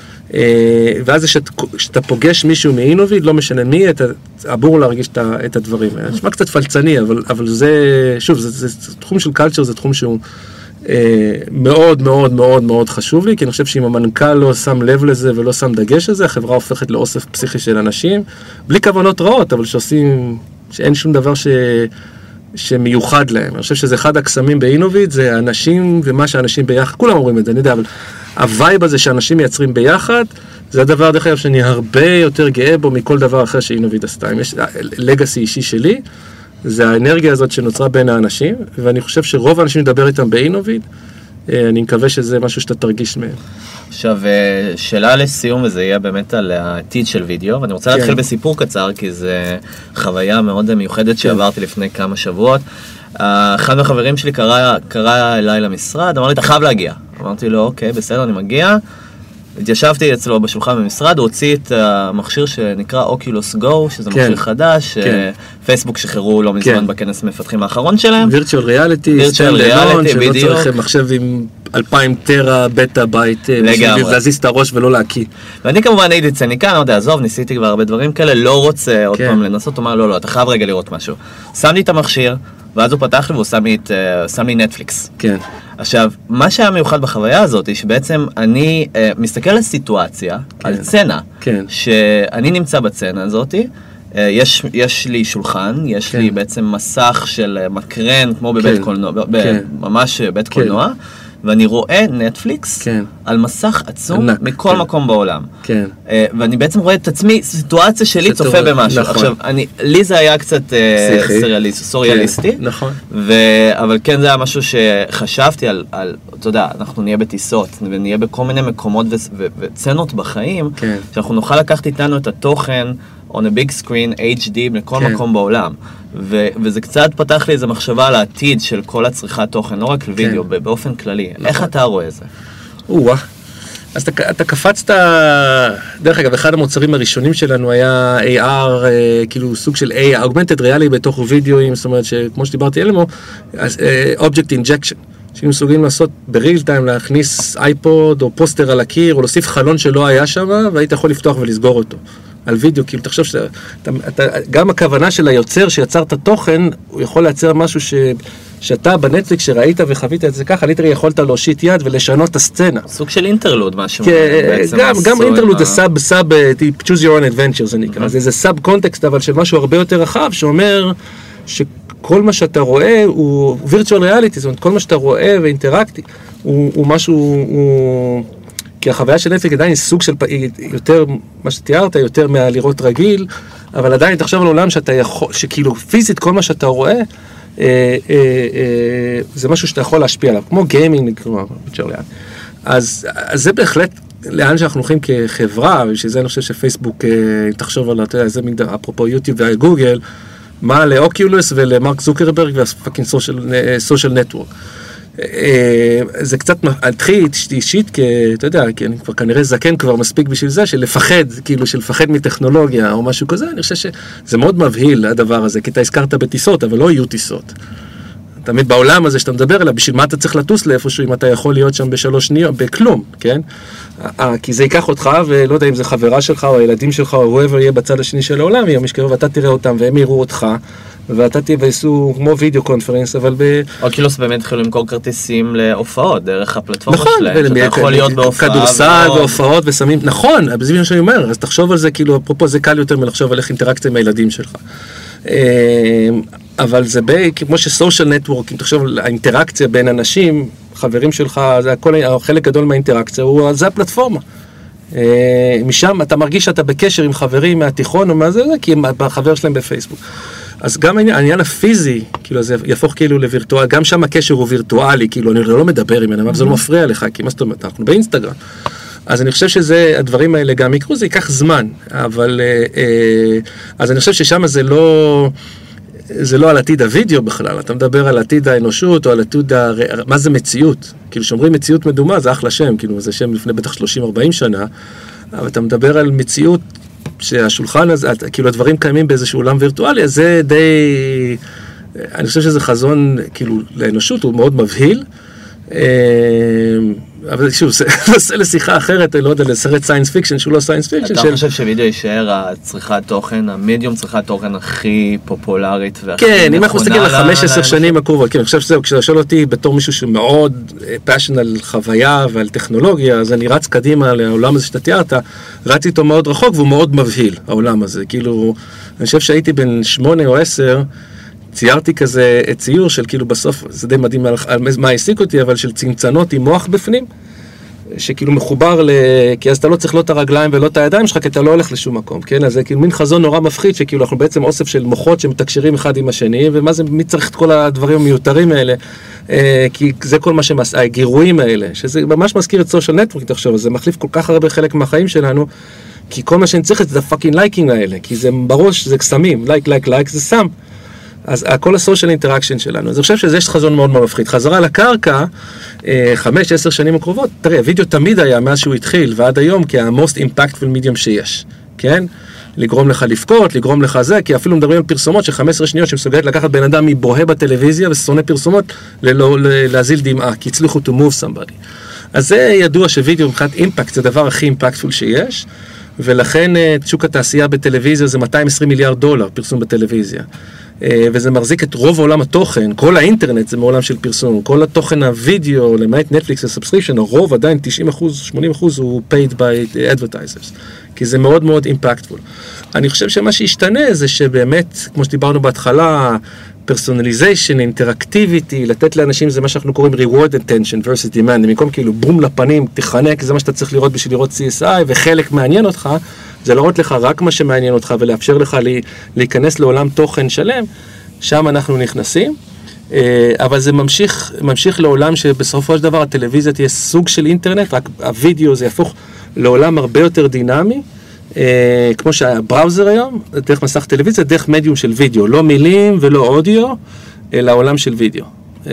ואז כשאתה פוגש מישהו מאינוביד, לא משנה מי, אמור להרגיש את הדברים האלה. נשמע קצת פלצני, אבל זה, שוב, זה תחום של קלצ'ר, זה תחום שהוא מאוד מאוד מאוד מאוד חשוב לי, כי אני חושב שאם המנכ"ל לא שם לב לזה ולא שם דגש לזה, החברה הופכת לאוסף פסיכי של אנשים, בלי כוונות רעות, אבל שאין שום דבר שמיוחד להם. אני חושב שזה אחד הקסמים באינוביד, זה האנשים ומה שאנשים ביחד, כולם אומרים את זה, אני יודע, אבל הווייב הזה שאנשים מייצרים ביחד, זה הדבר דרך אגב שאני הרבה יותר גאה בו מכל דבר אחר שאינוביד עשתה. אם יש לגאסי אישי שלי, זה האנרגיה הזאת שנוצרה בין האנשים, ואני חושב שרוב האנשים מדבר איתם באינוביד, אני מקווה שזה משהו שאתה תרגיש מהם. עכשיו, שאלה לסיום, וזה יהיה באמת על העתיד של וידאו, ואני רוצה להתחיל בסיפור קצר, כי זה חוויה מאוד מיוחדת שעברתי לפני כמה שבועות. אחד מהחברים שלי קרא אליי למשרד, אמר לי, אתה חייב להגיע. אמרתי לו, אוקיי, בסדר, אני מגיע. התיישבתי אצלו בשולחן במשרד, הוא הוציא את המכשיר שנקרא אוקולוס גו, שזה מכשיר חדש, פייסבוק שחררו לא מזמן בכנס מפתחים האחרון שלהם. וירטואל ריאליטי, סטנד אלון, שלא צריך מחשב עם 2000 טרה בטה בייט, בשביל להזיז את הראש ולא להקיא. ואני כמובן הייתי צניקה, אני לא יודע, עזוב, ניסיתי כבר הרבה דברים כאלה, לא רוצה עוד פעם לנסות, אומר, לא, אתה חייב רגע לראות משהו. שם לי את המכשיר, ואז הוא פתח לי והוא שם לי נטפליקס. כן. עכשיו, מה שהיה מיוחד בחוויה הזאת, היא שבעצם אני מסתכל על סיטואציה, על צנה, שאני נמצא בצנה הזאת, יש לי שולחן, יש לי בעצם מסך של מקרן, כמו בבית קולנוע, ממש בית קולנוע, ואני רואה נטפליקס על מסך עצום מכל מקום בעולם. ואני בעצם רואה את עצמי, סיטואציה שלי צופה במשהו. עכשיו, לי זה היה קצת סוריאליסטי, אבל כן זה היה משהו שחשבתי על, אתה יודע, אנחנו נהיה בטיסות, ונהיה בכל מיני מקומות וצנות בחיים, שאנחנו נוכל לקחת איתנו את התוכן, on a big screen, HD, לכל מקום בעולם. וזה קצת פתח לי איזו מחשבה על העתיד של כל הצריכת תוכן, לא רק לוידאו, באופן כללי. איך אתה רואה את זה? אז אתה קפצת, דרך אגב, אחד המוצרים הראשונים שלנו היה AR, כאילו סוג של Augmented Reality בתוך וידאוים, זאת אומרת שכמו שדיברתי אלמו, Object Injection, שהיינו מסוגלים לעשות בריל טיים, להכניס אייפוד או פוסטר על הקיר, או להוסיף חלון שלא היה שם, והיית יכול לפתוח ולסגור אותו. על וידאו, כאילו תחשוב גם הכוונה של היוצר שיצר את התוכן, הוא יכול לייצר משהו שאתה בנטפליקס שראית וחווית את זה ככה, ליטרי יכולת להושיט יד ולשנות את הסצנה. סוג של אינטרלוד, משהו. גם אינטרלוד זה סאב, choose your own adventure זה נקרא, זה סאב קונטקסט, אבל של משהו הרבה יותר רחב, שאומר שכל מה שאתה רואה הוא virtual reality, זאת אומרת, כל מה שאתה רואה ואינטראקטי, הוא משהו, כי החוויה של נטפליקס עדיין היא סוג של, יותר, מה שתיארת, יותר מהלראות רגיל, אבל עדיין תחשוב על עולם שאתה יכול, שכאילו פיזית כל מה שאתה רואה, זה משהו שאתה יכול להשפיע עליו, כמו גיימינג, אז זה בהחלט לאן שאנחנו הולכים כחברה, ושזה אני חושב שפייסבוק תחשוב על, אתה יודע, זה אפרופו יוטיוב וגוגל, מה לאוקיולוס ולמרק זוקרברג והפאקינג סושיאל נטוורק. זה קצת התחיל אישית, כי אתה יודע, כי אני כבר כנראה זקן כבר מספיק בשביל זה, שלפחד, כאילו שלפחד מטכנולוגיה או משהו כזה, אני חושב שזה מאוד מבהיל הדבר הזה, כי אתה הזכרת בטיסות, אבל לא יהיו טיסות. תמיד בעולם הזה שאתה מדבר עליו, בשביל מה אתה צריך לטוס לאיפשהו, אם אתה יכול להיות שם ב3 שניות, בכלום, כן? כי זה ייקח אותך, ולא יודע אם זה חברה שלך, או הילדים שלך, או whoever יהיה בצד השני של העולם, יום ישכרו, ואתה תראה אותם, והם יראו אותך, ואתה תהיה ועשו כמו וידאו קונפרנס, אבל אוקילוס באמת התחילו למכור כרטיסים להופעות, דרך הפלטפורמה שלהם, שאתה יכול להיות בהופעה. כדורסל והופעות ושמים, נכון, זה מה שאני אומר, אז תחשוב על זה, כאילו, אפרופו זה קל יותר מלחשוב על איך אינטראקציה עם הילדים שלך. אבל זה כמו שסושיאל נטוורק, אם תחשוב על האינטראקציה בין אנשים, חברים שלך, זה חלק גדול מהאינטראקציה, זה הפלטפורמה. משם אתה מרגיש שאתה בקשר עם חברים מהתיכון או מה זה, כי הם בחבר שלהם בפייסבוק. אז גם העניין הפיזי, כאילו זה יהפוך כאילו לווירטואל, גם שם הקשר הוא וירטואלי, כאילו אני לא מדבר עם אנשים, אבל זה לא מפריע לך, כי מה זאת אומרת, אנחנו באינסטגרם. אז אני חושב שזה, הדברים האלה גם יקרו, זה ייקח זמן, אבל, אז אני חושב ששם זה לא על עתיד הוידאו בכלל, אתה מדבר על עתיד האנושות, או על עתיד, מה זה מציאות? כאילו, שאומרים מציאות מדומה, זה אחלה שם, כאילו, זה שם לפני בטח 30-40 שנה, אבל אתה מדבר על מציאות שהשולחן הזה, כאילו, הדברים קיימים באיזשהו עולם וירטואלי, אז זה די, אני חושב שזה חזון, כאילו, לאנושות, הוא מאוד מבהיל, אבל שוב, זה עושה לשיחה אחרת, לא יודע, לסרט סיינס פיקשן, שהוא לא סיינס פיקשן. אתה חושב שווידאו יישאר הצריכת תוכן, המדיום צריכת תוכן הכי פופולרית והכי נכונה? כן, אם אנחנו מסתכלים על 15 שנים הקרובות, כן, אני חושב שזהו, כשאתה שואל אותי בתור מישהו שמאוד פאשן על חוויה ועל טכנולוגיה, אז אני רץ קדימה לעולם הזה שאתה תיארת, רץ איתו מאוד רחוק והוא מאוד מבהיל, העולם הזה. כאילו, אני חושב שהייתי בן 8 או 10, ציירתי כזה ציור של כאילו בסוף, זה די מדהים על מה העסיק אותי, אבל של צנצנות עם מוח בפנים, שכאילו מחובר כי אז אתה לא צריך לא את הרגליים ולא את הידיים שלך, כי אתה לא הולך לשום מקום, כן? אז זה כאילו מין חזון נורא מפחיד, שכאילו אנחנו בעצם אוסף של מוחות שמתקשרים אחד עם השני, ומה זה, מי צריך את כל הדברים המיותרים האלה? כי זה כל מה הגירויים האלה, שזה ממש מזכיר את סושיאל נטוורק, תחשוב, זה מחליף כל כך הרבה חלק מהחיים שלנו, כי כל מה שאני צריך זה הפאקינג לייקינג האלה, כי זה בראש, זה קסמים, לייק, זה סם. אז כל הסושיאל אינטראקשן שלנו, אז אני חושב שזה יש חזון מאוד מאוד מפחיד. חזרה לקרקע, 5-10 שנים הקרובות, תראה, הוידאו תמיד היה מאז שהוא התחיל, ועד היום כ-most impactful medium שיש, כן? לגרום לך לבכות, לגרום לך זה, כי אפילו מדברים על פרסומות של 15 שניות שמסוגלת לקחת בן אדם מבוהה בטלוויזיה ושונא פרסומות להזיל דמעה, כי הצליחו to move somebody. אז זה ידוע שווידאו מבחינת אימפקט זה הדבר הכי אימפקטפול שיש, ולכן שוק התעשייה בטלוויזיה זה $220 מיליארד פרסום בטלוויזיה. וזה מחזיק את רוב עולם התוכן, כל האינטרנט זה מעולם של פרסום, כל התוכן הווידאו, למעט נטפליקס וסאבסקריפשן, הרוב עדיין 90%, 80% הוא paid by advertisers, כי זה מאוד מאוד impactful. אני חושב שמה שישתנה זה שבאמת, כמו שדיברנו בהתחלה, personalization, interactivity, לתת לאנשים זה מה שאנחנו קוראים reward attention versus demand, במקום כאילו בום לפנים, תחנק, זה מה שאתה צריך לראות בשביל לראות CSI, וחלק מעניין אותך, זה להראות לך רק מה שמעניין אותך, ולאפשר לך להיכנס לעולם תוכן שלם, שם אנחנו נכנסים, אבל זה ממשיך לעולם שבסופו של דבר הטלוויזיה תהיה סוג של אינטרנט, רק הווידאו זה יהפוך לעולם הרבה יותר דינמי, כמו שהבראוזר היום, דרך מסך טלוויזיה, דרך מדיום של וידאו, לא מילים ולא אודיו, אלא עולם של וידאו.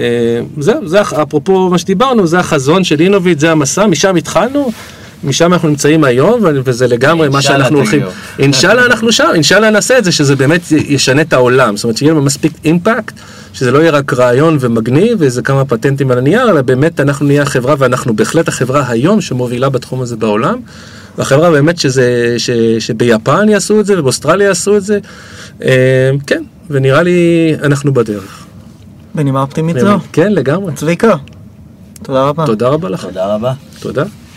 זה אפרופו מה שדיברנו, זה החזון של אינוביט, זה המסע, משם התחלנו, משם אנחנו נמצאים היום, וזה לגמרי מה שאנחנו הולכים. אינשאללה אנחנו שם, אינשאללה נעשה את זה, שזה באמת ישנה את העולם, זאת אומרת שיהיה לנו מספיק אימפקט, שזה לא יהיה רק רעיון ומגניב, ואיזה כמה פטנטים על הנייר, אלא באמת אנחנו נהיה החברה, ואנחנו בהחלט החברה היום שמובילה בתחום הזה בעולם, והחברה באמת שביפן יעשו את זה, ובאוסטרליה יעשו את זה, כן, ונראה לי אנחנו בדרך. בנימה אופטימית זו. כן, לגמרי. צביקה, תודה רבה. תודה רבה לך. תודה רבה. תודה.